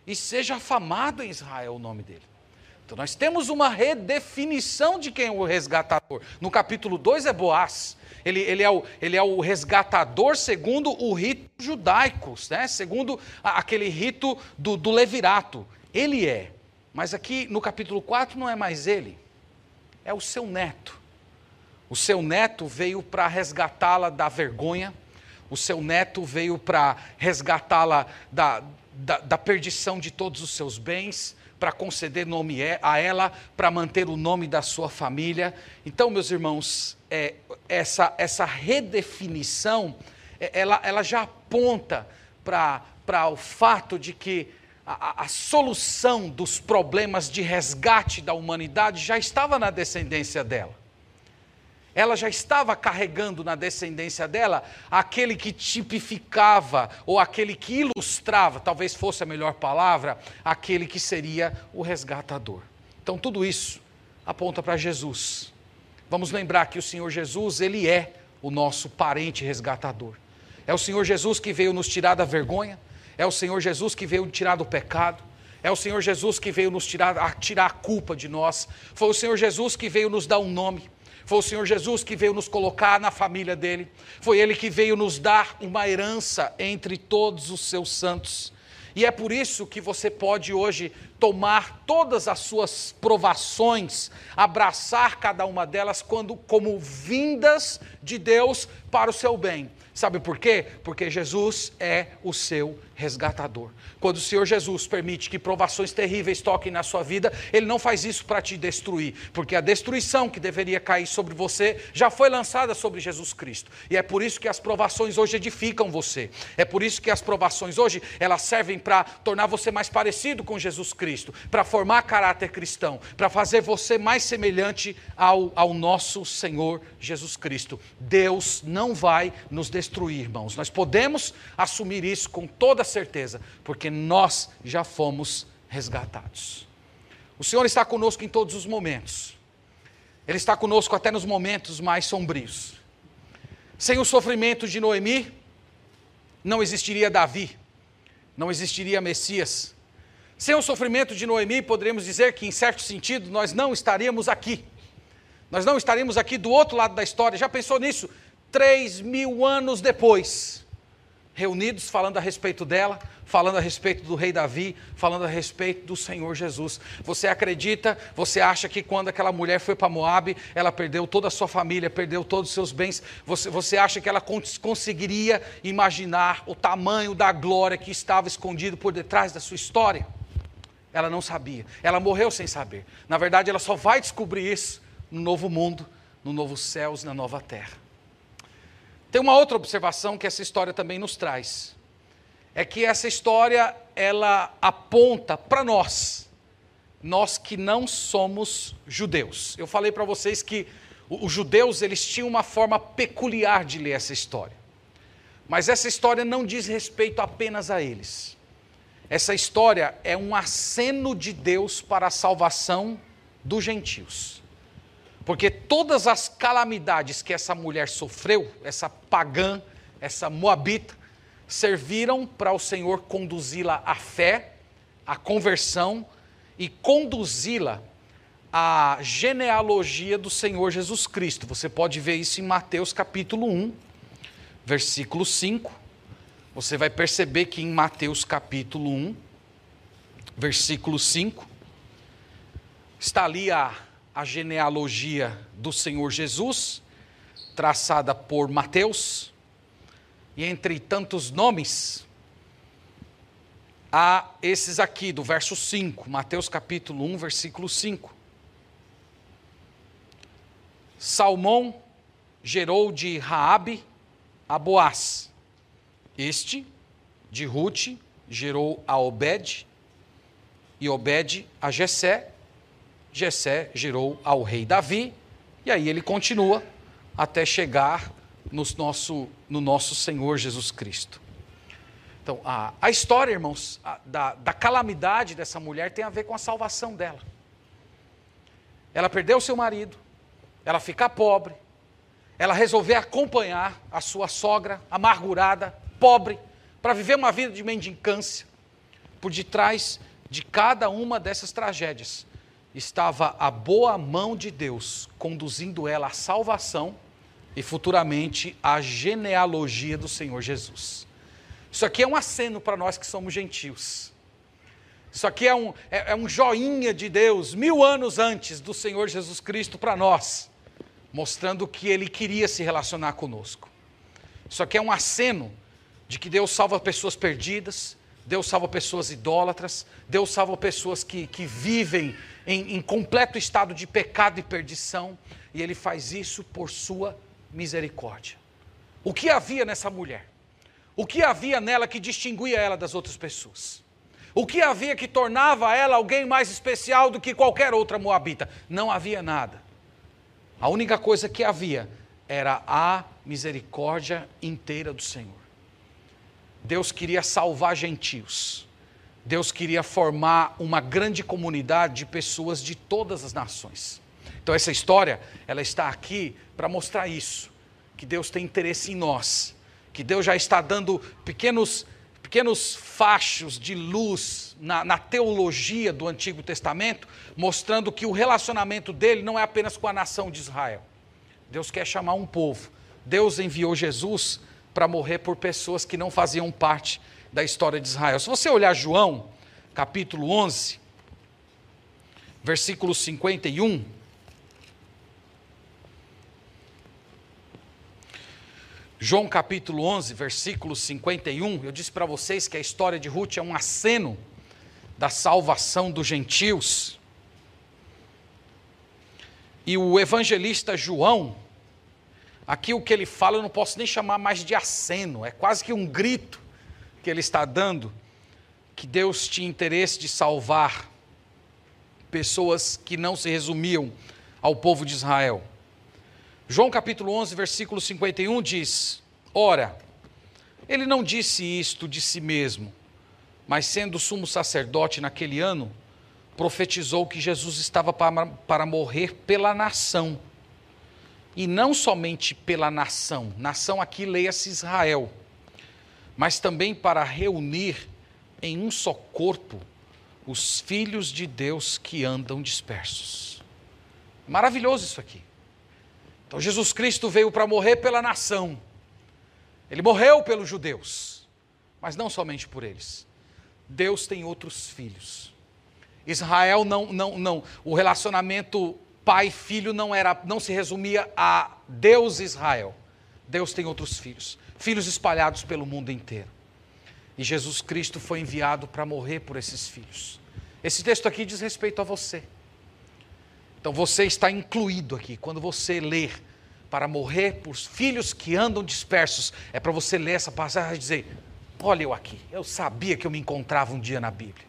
S1: e seja afamado em Israel o nome dele. Então nós temos uma redefinição de quem é o resgatador. No capítulo dois é Boaz. Ele, ele, é, o, ele é o resgatador segundo o rito judaico, né? Segundo a, aquele rito do, do levirato. Ele é. Mas aqui no capítulo quatro não é mais ele. É o seu neto. O seu neto veio para resgatá-la da vergonha. O seu neto veio para resgatá-la da, da, da perdição de todos os seus bens, para conceder nome a ela, para manter o nome da sua família. Então, meus irmãos, é, essa, essa redefinição, é, ela, ela já aponta para o fato de que a, a solução dos problemas de resgate da humanidade já estava na descendência dela. Ela já estava carregando na descendência dela aquele que tipificava, ou aquele que ilustrava, talvez fosse a melhor palavra, aquele que seria o resgatador. Então tudo isso aponta para Jesus. Vamos lembrar que o Senhor Jesus, Ele é o nosso parente resgatador. É o Senhor Jesus que veio nos tirar da vergonha, é o Senhor Jesus que veio tirar do pecado, é o Senhor Jesus que veio nos tirar, a, tirar a culpa de nós, foi o Senhor Jesus que veio nos dar um nome. Foi o Senhor Jesus que veio nos colocar na família dele. Foi Ele que veio nos dar uma herança entre todos os seus santos. E é por isso que você pode hoje tomar todas as suas provações, abraçar cada uma delas quando, como vindas de Deus para o seu bem. Sabe por quê? Porque Jesus é o seu resgatador. Quando o Senhor Jesus permite que provações terríveis toquem na sua vida, Ele não faz isso para te destruir, porque a destruição que deveria cair sobre você já foi lançada sobre Jesus Cristo. E é por isso que as provações hoje edificam você. É por isso que as provações hoje, elas servem para tornar você mais parecido com Jesus Cristo, para formar caráter cristão, para fazer você mais semelhante ao, ao nosso Senhor Jesus Cristo. Deus não vai nos destruir, irmãos. Nós podemos assumir isso com toda certeza, porque nós já fomos resgatados. O Senhor está conosco em todos os momentos. Ele está conosco até nos momentos mais sombrios. Sem o sofrimento de Noemi, não existiria Davi, não existiria Messias. Sem o sofrimento de Noemi, poderíamos dizer que, em certo sentido, nós não estaríamos aqui. Nós não estaríamos aqui do outro lado da história. Já pensou nisso? Três mil anos depois, reunidos falando a respeito dela, falando a respeito do rei Davi, falando a respeito do Senhor Jesus. Você acredita, você acha que quando aquela mulher foi para Moabe, ela perdeu toda a sua família, perdeu todos os seus bens, você, você acha que ela cons- conseguiria imaginar o tamanho da glória que estava escondido por detrás da sua história? Ela não sabia, ela morreu sem saber. Na verdade, ela só vai descobrir isso no novo mundo, no novo céus, na nova terra. Tem uma outra observação que essa história também nos traz. É que essa história, ela aponta para nós, nós que não somos judeus. Eu falei para vocês que os judeus, eles tinham uma forma peculiar de ler essa história. Mas essa história não diz respeito apenas a eles. Essa história é um aceno de Deus para a salvação dos gentios. Porque todas as calamidades que essa mulher sofreu, essa pagã, essa moabita, serviram para o Senhor conduzi-la à fé, à conversão e conduzi-la à genealogia do Senhor Jesus Cristo. Você pode ver isso em Mateus capítulo um, versículo cinco. Você vai perceber que em Mateus capítulo um, versículo cinco, está ali a a genealogia do Senhor Jesus, traçada por Mateus, e entre tantos nomes, há esses aqui do verso cinco, Mateus capítulo um, versículo cinco. Salmão gerou de Raabe a Boaz, este de Rute gerou a Obed, e Obed a Jessé, Jessé gerou ao rei Davi, e aí ele continua até chegar no nosso, no nosso Senhor Jesus Cristo. Então, a, a história, irmãos, a, da, da calamidade dessa mulher tem a ver com a salvação dela. Ela perdeu seu marido, ela fica pobre, ela resolveu acompanhar a sua sogra amargurada, pobre, para viver uma vida de mendicância. por detrás de cada uma dessas tragédias estava a boa mão de Deus, conduzindo ela à salvação e futuramente à genealogia do Senhor Jesus. Isso aqui é um aceno para nós que somos gentios. Isso aqui é um, é, é um joinha de Deus, mil anos antes do Senhor Jesus Cristo para nós, mostrando que Ele queria se relacionar conosco. Isso aqui é um aceno de que Deus salva pessoas perdidas, Deus salva pessoas idólatras, Deus salva pessoas que, que vivem em, em completo estado de pecado e perdição, e Ele faz isso por sua misericórdia. O que havia nessa mulher? O que havia nela que distinguia ela das outras pessoas? O que havia que tornava ela alguém mais especial do que qualquer outra moabita? Não havia nada. A única coisa que havia era a misericórdia inteira do Senhor. Deus queria salvar gentios. Deus queria formar uma grande comunidade de pessoas de todas as nações. Então essa história, ela está aqui para mostrar isso, que Deus tem interesse em nós, que Deus já está dando pequenos, pequenos fachos de luz na, na teologia do Antigo Testamento, mostrando que o relacionamento dele não é apenas com a nação de Israel. Deus quer chamar um povo. Deus enviou Jesus para morrer por pessoas que não faziam parte da história de Israel. Se você olhar João, capítulo onze, versículo cinquenta e um, João capítulo onze, versículo cinquenta e um, eu disse para vocês que a história de Ruth é um aceno da salvação dos gentios. E o evangelista João, aqui o que ele fala eu não posso nem chamar mais de aceno, é quase que um grito que ele está dando, que Deus tinha interesse de salvar pessoas que não se resumiam ao povo de Israel. João capítulo onze, versículo cinquenta e um diz: ora, ele não disse isto de si mesmo, mas sendo sumo sacerdote naquele ano, profetizou que Jesus estava para, para morrer pela nação. E não somente pela nação, nação aqui leia-se Israel, mas também para reunir em um só corpo os filhos de Deus que andam dispersos. Maravilhoso isso aqui. Então Jesus Cristo veio para morrer pela nação. Ele morreu pelos judeus, mas não somente por eles. Deus tem outros filhos. Israel não, não, não, o relacionamento pai e filho não, era, não se resumia a Deus e Israel. Deus tem outros filhos, filhos espalhados pelo mundo inteiro. E Jesus Cristo foi enviado para morrer por esses filhos. Esse texto aqui diz respeito a você. Então você está incluído aqui. Quando você ler para morrer por filhos que andam dispersos, é para você ler essa passagem e dizer: olha eu aqui, eu sabia que eu me encontrava um dia na Bíblia.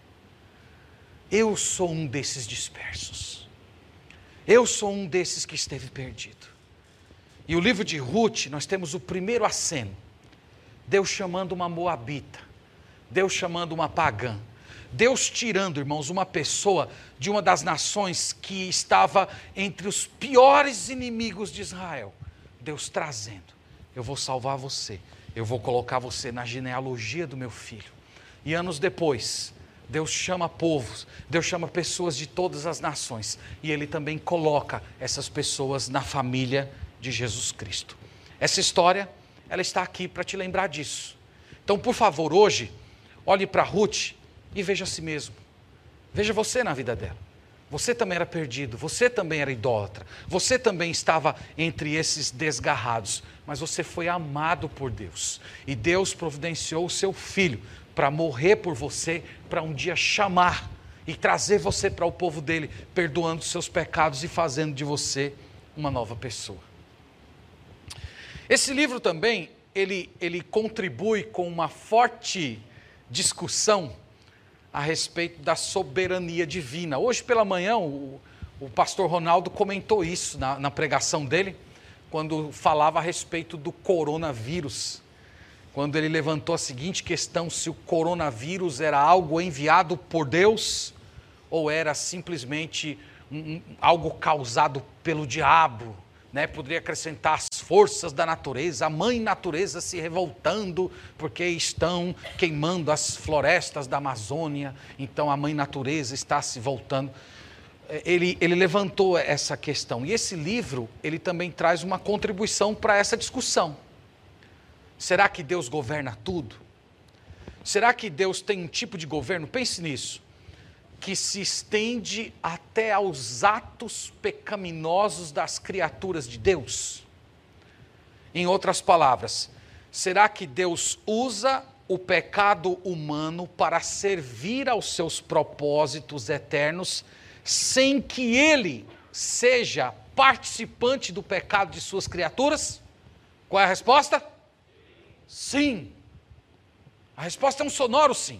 S1: Eu sou um desses dispersos. Eu sou um desses que esteve perdido. E o livro de Ruth, nós temos o primeiro aceno. Deus chamando uma moabita. Deus chamando uma pagã. Deus tirando, irmãos, uma pessoa de uma das nações que estava entre os piores inimigos de Israel. Deus trazendo: eu vou salvar você. Eu vou colocar você na genealogia do meu filho. E anos depois, Deus chama povos, Deus chama pessoas de todas as nações, e Ele também coloca essas pessoas na família de Jesus Cristo. Essa história, ela está aqui para te lembrar disso. Então, por favor, hoje, olhe para Ruth e veja a si mesmo. Veja você na vida dela. Você também era perdido, você também era idólatra, você também estava entre esses desgarrados, mas você foi amado por Deus, e Deus providenciou o seu filho para morrer por você, para um dia chamar e trazer você para o povo dele, perdoando os seus pecados e fazendo de você uma nova pessoa. Esse livro também, ele, ele contribui com uma forte discussão a respeito da soberania divina. Hoje pela manhã, o, o pastor Ronaldo comentou isso na, na pregação dele, quando falava a respeito do coronavírus. Quando ele levantou a seguinte questão: se o coronavírus era algo enviado por Deus ou era simplesmente um, um, algo causado pelo diabo, né? Poderia acrescentar as forças da natureza, a mãe natureza se revoltando porque estão queimando as florestas da Amazônia, então a mãe natureza está se voltando. Ele, ele levantou essa questão, e esse livro, ele também traz uma contribuição para essa discussão. Será que Deus governa tudo? Será que Deus tem um tipo de governo, pense nisso, que se estende até aos atos pecaminosos das criaturas de Deus? Em outras palavras, será que Deus usa o pecado humano para servir aos seus propósitos eternos, sem que ele seja participante do pecado de suas criaturas? Qual é a resposta? Sim. A resposta é um sonoro sim.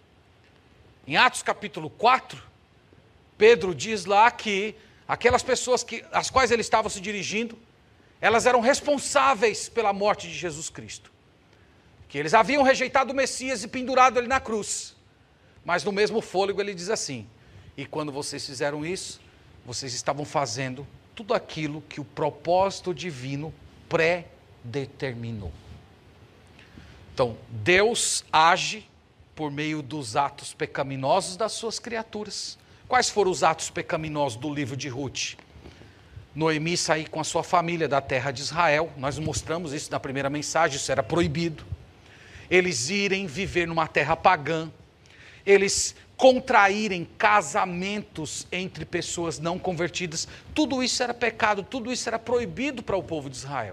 S1: Em Atos capítulo quatro, Pedro diz lá que aquelas pessoas que, às quais ele estava se dirigindo, elas eram responsáveis pela morte de Jesus Cristo. Que eles haviam rejeitado o Messias e pendurado ele na cruz. Mas no mesmo fôlego ele diz assim: e quando vocês fizeram isso, vocês estavam fazendo tudo aquilo que o propósito divino pré-determinou. Então, Deus age por meio dos atos pecaminosos das suas criaturas. Quais foram os atos pecaminosos do livro de Ruth? Noemi sair com a sua família da terra de Israel, nós mostramos isso na primeira mensagem, isso era proibido. Eles irem viver numa terra pagã, eles contraírem casamentos entre pessoas não convertidas, tudo isso era pecado, tudo isso era proibido para o povo de Israel.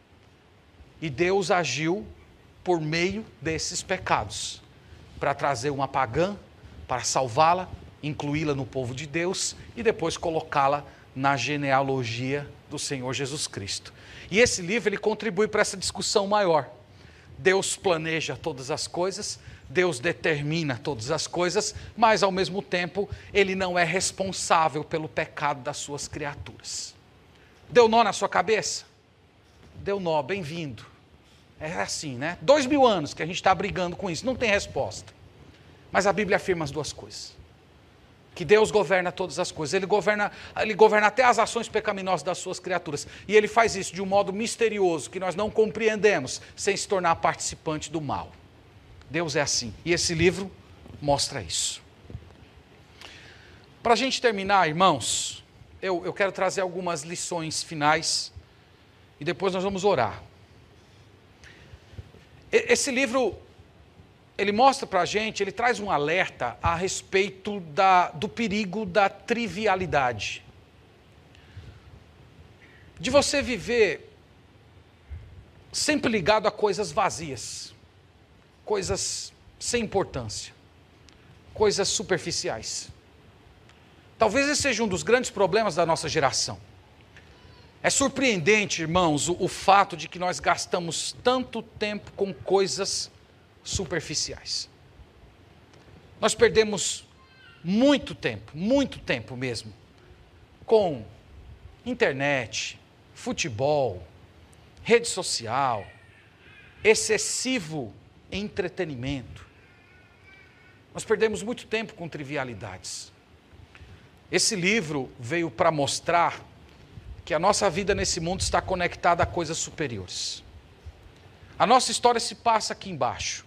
S1: E Deus agiu por meio desses pecados, para trazer uma pagã, para salvá-la, incluí-la no povo de Deus e depois colocá-la na genealogia do Senhor Jesus Cristo. E esse livro ele contribui para essa discussão maior. Deus planeja todas as coisas, Deus determina todas as coisas, mas ao mesmo tempo ele não é responsável pelo pecado das suas criaturas. Deu nó na sua cabeça? Deu nó, bem-vindo. É assim, né? Dois mil anos que a gente está brigando com isso, não tem resposta. Mas a Bíblia afirma as duas coisas. Que Deus governa todas as coisas, Ele governa, Ele governa até as ações pecaminosas das suas criaturas. E Ele faz isso de um modo misterioso, que nós não compreendemos, sem se tornar participante do mal. Deus é assim, e esse livro mostra isso. Para a gente terminar, irmãos, eu, eu quero trazer algumas lições finais, e depois nós vamos orar. Esse livro, ele mostra para a gente, ele traz um alerta a respeito da, do perigo da trivialidade. De você viver sempre ligado a coisas vazias, coisas sem importância, coisas superficiais. Talvez esse seja um dos grandes problemas da nossa geração. É surpreendente, irmãos, o, o fato de que nós gastamos tanto tempo com coisas superficiais. Nós perdemos muito tempo, muito tempo mesmo, com internet, futebol, rede social, excessivo entretenimento. Nós perdemos muito tempo com trivialidades. Esse livro veio para mostrar que a nossa vida nesse mundo está conectada a coisas superiores. A nossa história se passa aqui embaixo,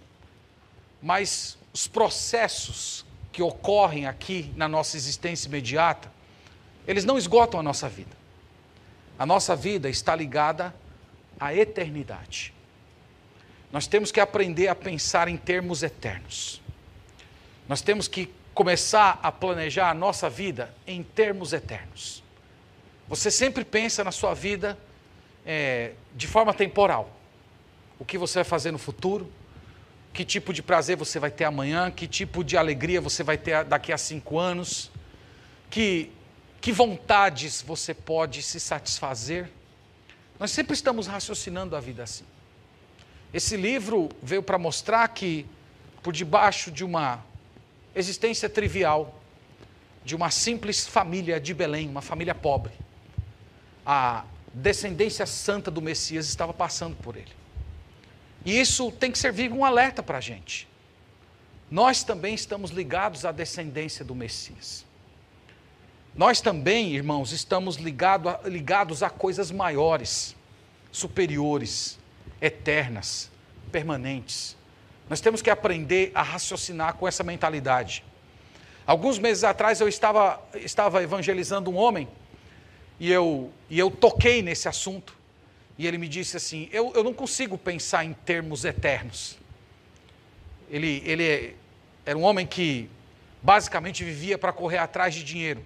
S1: mas os processos que ocorrem aqui na nossa existência imediata, eles não esgotam a nossa vida. A nossa vida está ligada à eternidade. Nós temos que aprender a pensar em termos eternos. Nós temos que começar a planejar a nossa vida em termos eternos. Você sempre pensa na sua vida é, de forma temporal. O que você vai fazer no futuro, que tipo de prazer você vai ter amanhã, que tipo de alegria você vai ter daqui a cinco anos, que, que vontades você pode se satisfazer. Nós sempre estamos raciocinando a vida assim. Esse livro veio para mostrar que, por debaixo de uma existência trivial, de uma simples família de Belém, uma família pobre, a descendência santa do Messias estava passando por ele. E isso tem que servir um alerta para a gente. Nós também estamos ligados à descendência do Messias. Nós também, irmãos, estamos ligado a, ligados a coisas maiores, superiores, eternas, permanentes. Nós temos que aprender a raciocinar com essa mentalidade. Alguns meses atrás eu estava, estava evangelizando um homem e eu, e eu toquei nesse assunto. E ele me disse assim, eu, eu não consigo pensar em termos eternos. Ele, ele era um homem que basicamente vivia para correr atrás de dinheiro.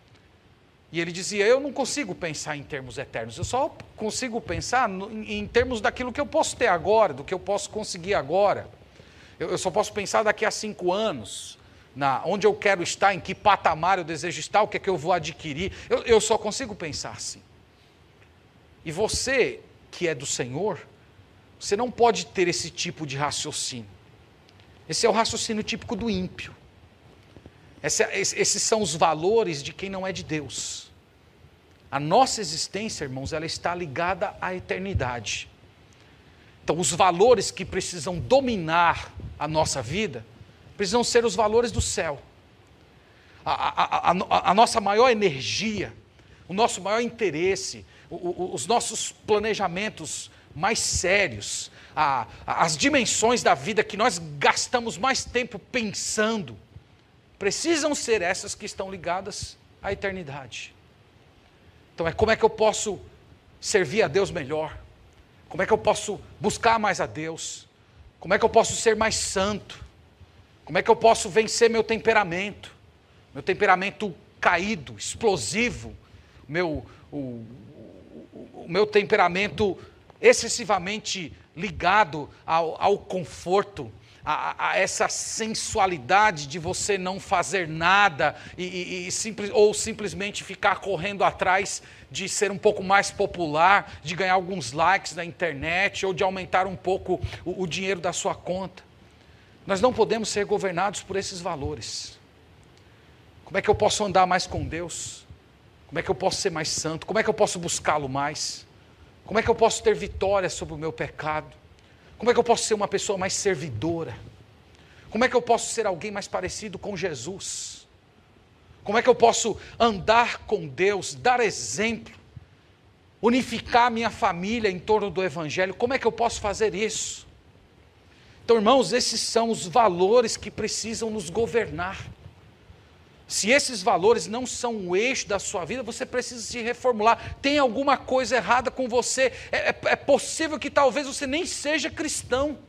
S1: E ele dizia, eu não consigo pensar em termos eternos, eu só consigo pensar no, em, em termos daquilo que eu posso ter agora, do que eu posso conseguir agora. Eu, eu só posso pensar daqui a cinco anos, na, onde eu quero estar, em que patamar eu desejo estar, o que é que eu vou adquirir. Eu, eu só consigo pensar assim. E você, que é do Senhor, você não pode ter esse tipo de raciocínio. Esse é o raciocínio típico do ímpio. Esse, esses são os valores de quem não é de Deus. A nossa existência, irmãos, ela está ligada à eternidade. Então, os valores que precisam dominar a nossa vida, precisam ser os valores do céu. A, a, a, a nossa maior energia, o nosso maior interesse, o, o, os nossos planejamentos mais sérios, a, a, as dimensões da vida que nós gastamos mais tempo pensando, precisam ser essas que estão ligadas à eternidade. Então é como é que eu posso servir a Deus melhor? Como é que eu posso buscar mais a Deus? Como é que eu posso ser mais santo? Como é que eu posso vencer meu temperamento? Meu temperamento caído, explosivo, meu, o, o, o meu temperamento excessivamente ligado ao, ao conforto, A, a essa sensualidade de você não fazer nada e, e, e simples, ou simplesmente ficar correndo atrás de ser um pouco mais popular, de ganhar alguns likes na internet ou de aumentar um pouco o, o dinheiro da sua conta. Nós não podemos ser governados por esses valores. Como é que eu posso andar mais com Deus? Como é que eu posso ser mais santo? Como é que eu posso buscá-lo mais? Como é que eu posso ter vitória sobre o meu pecado? Como é que eu posso ser uma pessoa mais servidora? Como é que eu posso ser alguém mais parecido com Jesus? Como é que eu posso andar com Deus, dar exemplo, unificar minha família em torno do Evangelho? Como é que eu posso fazer isso? Então, irmãos, esses são os valores que precisam nos governar. Se esses valores não são o eixo da sua vida, você precisa se reformular. Tem alguma coisa errada com você. É, é, é possível que talvez você nem seja cristão.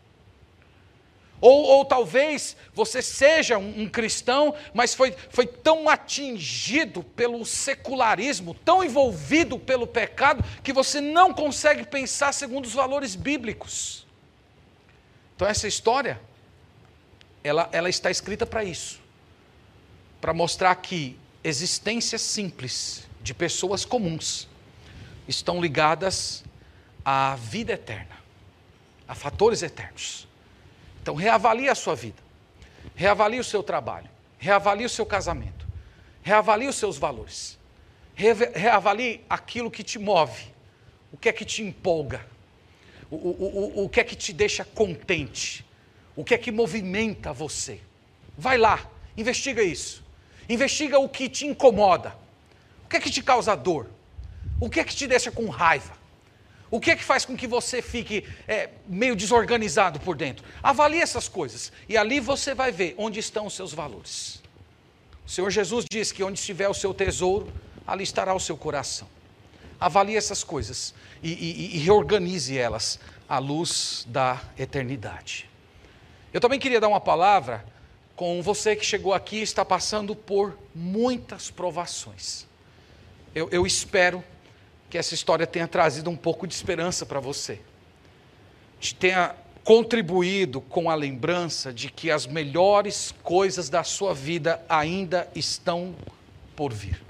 S1: Ou, ou talvez você seja um, um cristão, mas foi, foi tão atingido pelo secularismo, tão envolvido pelo pecado, que você não consegue pensar segundo os valores bíblicos. Então essa história, ela, ela está escrita para isso. Para mostrar que existências simples de pessoas comuns estão ligadas à vida eterna, a fatores eternos. Então reavalie a sua vida, reavalie o seu trabalho, reavalie o seu casamento, reavalie os seus valores, reavalie aquilo que te move, o que é que te empolga, o, o, o, o que é que te deixa contente, o que é que movimenta você. Vai lá, investiga isso. Investiga o que te incomoda, o que é que te causa dor, o que é que te deixa com raiva, o que é que faz com que você fique é, meio desorganizado por dentro. Avalie essas coisas e ali você vai ver onde estão os seus valores. O Senhor Jesus diz que onde estiver o seu tesouro, ali estará o seu coração. Avalie essas coisas e, e, e reorganize elas à luz da eternidade. Eu também queria dar uma palavra com você que chegou aqui e está passando por muitas provações. Eu, eu espero que essa história tenha trazido um pouco de esperança para você. Te tenha contribuído com a lembrança de que as melhores coisas da sua vida ainda estão por vir.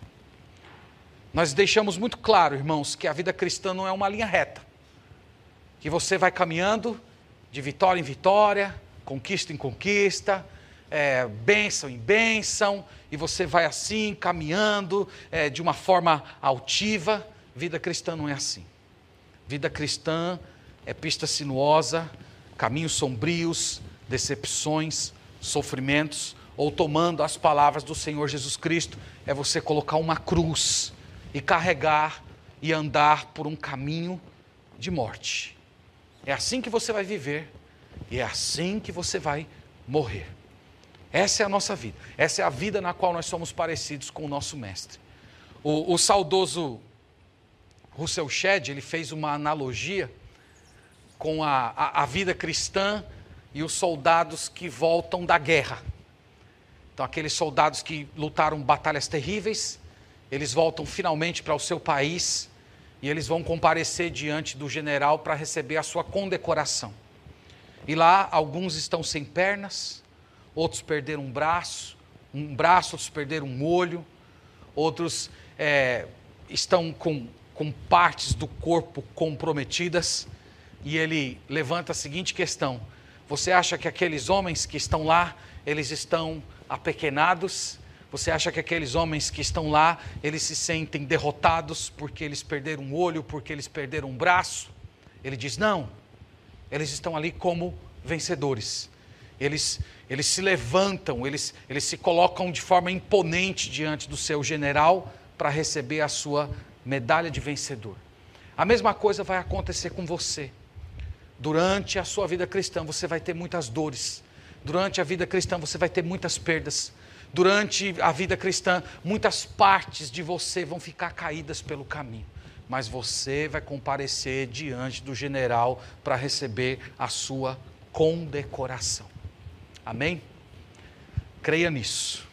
S1: Nós deixamos muito claro, irmãos, que a vida cristã não é uma linha reta. Que você vai caminhando de vitória em vitória, conquista em conquista, É, bênção em bênção, e você vai assim, caminhando é, de uma forma altiva. Vida cristã não é assim. Vida cristã é pista sinuosa, caminhos sombrios, decepções, sofrimentos, ou tomando as palavras do Senhor Jesus Cristo, é você colocar uma cruz e carregar e andar por um caminho de morte. É assim que você vai viver e é assim que você vai morrer. Essa é a nossa vida. Essa é a vida na qual nós somos parecidos com o nosso mestre. O, o saudoso Russell Shedd, ele fez uma analogia com a, a, a vida cristã e os soldados que voltam da guerra. Então, aqueles soldados que lutaram batalhas terríveis, eles voltam finalmente para o seu país e eles vão comparecer diante do general para receber a sua condecoração. E lá, alguns estão sem pernas, outros perderam um braço, um braço, outros perderam um olho, outros é, estão com, com partes do corpo comprometidas. E ele levanta a seguinte questão: você acha que aqueles homens que estão lá, eles estão apequenados? Você acha que aqueles homens que estão lá, eles se sentem derrotados porque eles perderam um olho, porque eles perderam um braço? Ele diz, não, eles estão ali como vencedores. Eles, eles se levantam, eles, eles se colocam de forma imponente diante do seu general para receber a sua medalha de vencedor. A mesma coisa vai acontecer com você. Durante a sua vida cristã, você vai ter muitas dores. Durante a vida cristã, você vai ter muitas perdas. Durante a vida cristã, muitas partes de você vão ficar caídas pelo caminho. Mas você vai comparecer diante do general para receber a sua condecoração. Amém? Creia nisso.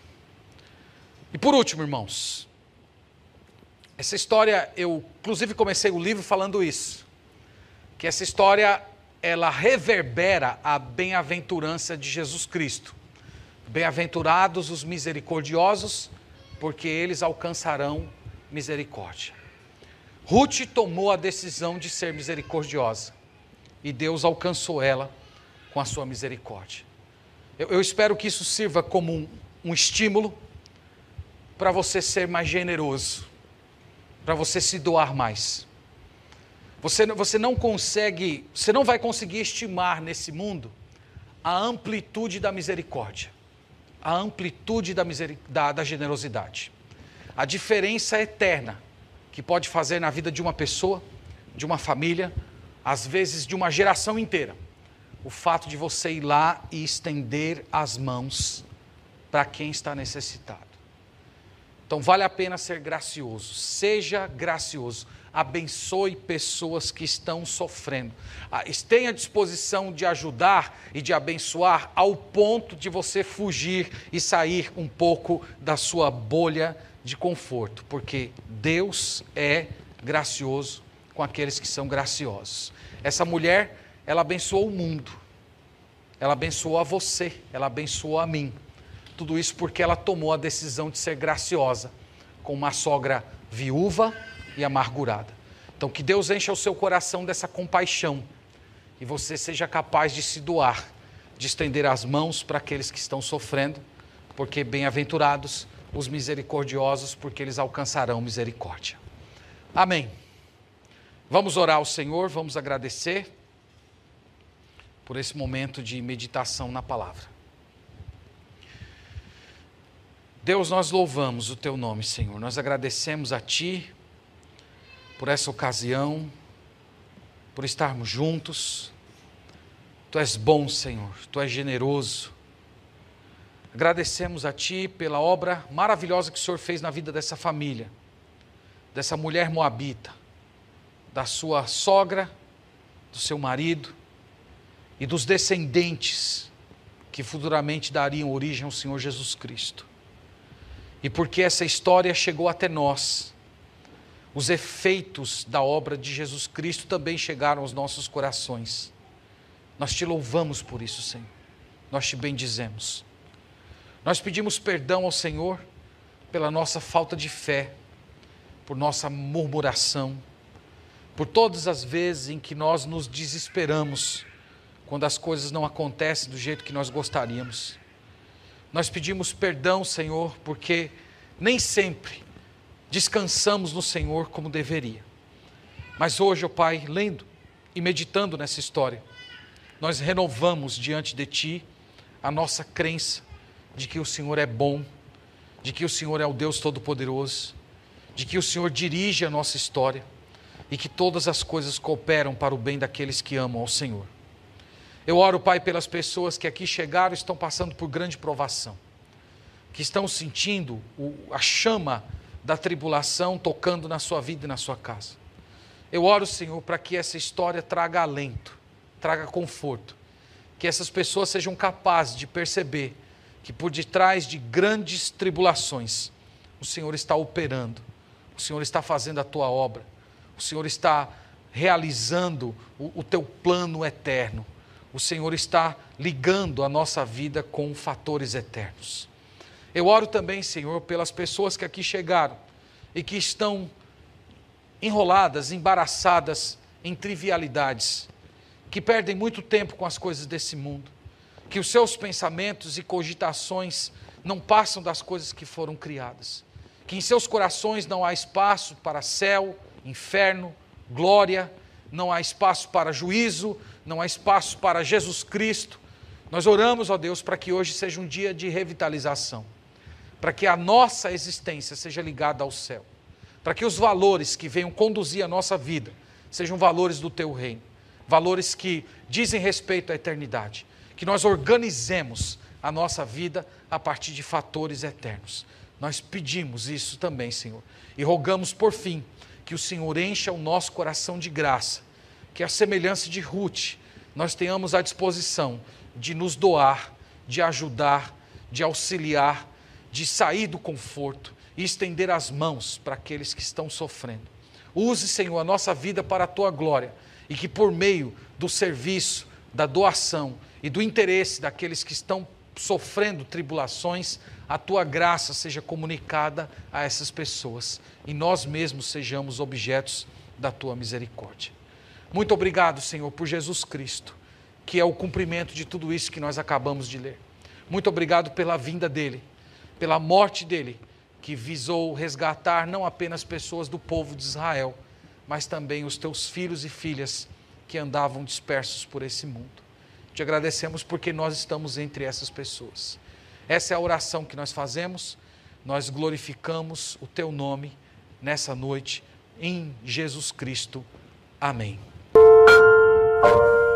S1: E por último, irmãos, essa história, eu inclusive comecei o livro falando isso, que essa história, ela reverbera a bem-aventurança de Jesus Cristo. Bem-aventurados os misericordiosos, porque eles alcançarão misericórdia. Ruth tomou a decisão de ser misericordiosa e Deus alcançou ela com a sua misericórdia. Eu, eu espero que isso sirva como um, um estímulo para você ser mais generoso, para você se doar mais. Você, você não consegue, você não vai conseguir estimar nesse mundo a amplitude da misericórdia, a amplitude da, miseric... da, da generosidade. A diferença eterna que pode fazer na vida de uma pessoa, de uma família, às vezes de uma geração inteira. O fato de você ir lá e estender as mãos para quem está necessitado. Então vale a pena ser gracioso, seja gracioso, abençoe pessoas que estão sofrendo, tenha disposição de ajudar e de abençoar ao ponto de você fugir e sair um pouco da sua bolha de conforto, porque Deus é gracioso com aqueles que são graciosos. Essa mulher, ela abençoou o mundo, ela abençoou a você, ela abençoou a mim. Tudo isso porque ela tomou a decisão de ser graciosa com uma sogra viúva e amargurada. Então, que Deus encha o seu coração dessa compaixão e você seja capaz de se doar, de estender as mãos para aqueles que estão sofrendo, porque bem-aventurados os misericordiosos, porque eles alcançarão misericórdia. Amém. Vamos orar ao Senhor, vamos agradecer por esse momento de meditação na palavra. Deus, nós louvamos o Teu nome, Senhor. Nós agradecemos a Ti por essa ocasião, por estarmos juntos. Tu és bom, Senhor. Tu és generoso. Agradecemos a Ti pela obra maravilhosa que o Senhor fez na vida dessa família, dessa mulher moabita, da sua sogra, do seu marido e dos descendentes que futuramente dariam origem ao Senhor Jesus Cristo. E porque essa história chegou até nós, os efeitos da obra de Jesus Cristo também chegaram aos nossos corações. Nós te louvamos por isso, Senhor. Nós te bendizemos. Nós pedimos perdão ao Senhor pela nossa falta de fé, por nossa murmuração, por todas as vezes em que nós nos desesperamos quando as coisas não acontecem do jeito que nós gostaríamos. Nós pedimos perdão, Senhor, porque nem sempre descansamos no Senhor como deveria. Mas hoje, ó Pai, lendo e meditando nessa história, nós renovamos diante de Ti a nossa crença de que o Senhor é bom, de que o Senhor é o Deus Todo-Poderoso, de que o Senhor dirige a nossa história, e que todas as coisas cooperam para o bem daqueles que amam ao Senhor. Eu oro, Pai, pelas pessoas que aqui chegaram e estão passando por grande provação, que estão sentindo o, a chama da tribulação tocando na sua vida e na sua casa. Eu oro, Senhor, para que essa história traga alento, traga conforto, que essas pessoas sejam capazes de perceber que por detrás de grandes tribulações, o Senhor está operando, o Senhor está fazendo a tua obra, o Senhor está realizando o, o teu plano eterno, o Senhor está ligando a nossa vida com fatores eternos. Eu oro também, Senhor, pelas pessoas que aqui chegaram e que estão enroladas, embaraçadas em trivialidades, que perdem muito tempo com as coisas desse mundo, que os seus pensamentos e cogitações não passam das coisas que foram criadas, que em seus corações não há espaço para céu, inferno, glória, não há espaço para juízo, não há espaço para Jesus Cristo. Nós oramos, ó Deus, para que hoje seja um dia de revitalização, para que a nossa existência seja ligada ao céu, para que os valores que venham conduzir a nossa vida sejam valores do teu reino, valores que dizem respeito à eternidade, que nós organizemos a nossa vida a partir de fatores eternos. Nós pedimos isso também, Senhor, e rogamos por fim que o Senhor encha o nosso coração de graça, que a semelhança de Ruth, nós tenhamos a disposição de nos doar, de ajudar, de auxiliar, de sair do conforto e estender as mãos para aqueles que estão sofrendo. Use, Senhor, a nossa vida para a tua glória e que por meio do serviço, da doação e do interesse daqueles que estão sofrendo tribulações, a tua graça seja comunicada a essas pessoas e nós mesmos sejamos objetos da tua misericórdia. Muito obrigado, Senhor, por Jesus Cristo, que é o cumprimento de tudo isso que nós acabamos de ler. Muito obrigado pela vinda dele, pela morte dele, que visou resgatar não apenas pessoas do povo de Israel, mas também os teus filhos e filhas que andavam dispersos por esse mundo. Te agradecemos porque nós estamos entre essas pessoas. Essa é a oração que nós fazemos, nós glorificamos o teu nome nessa noite, em Jesus Cristo. Amém.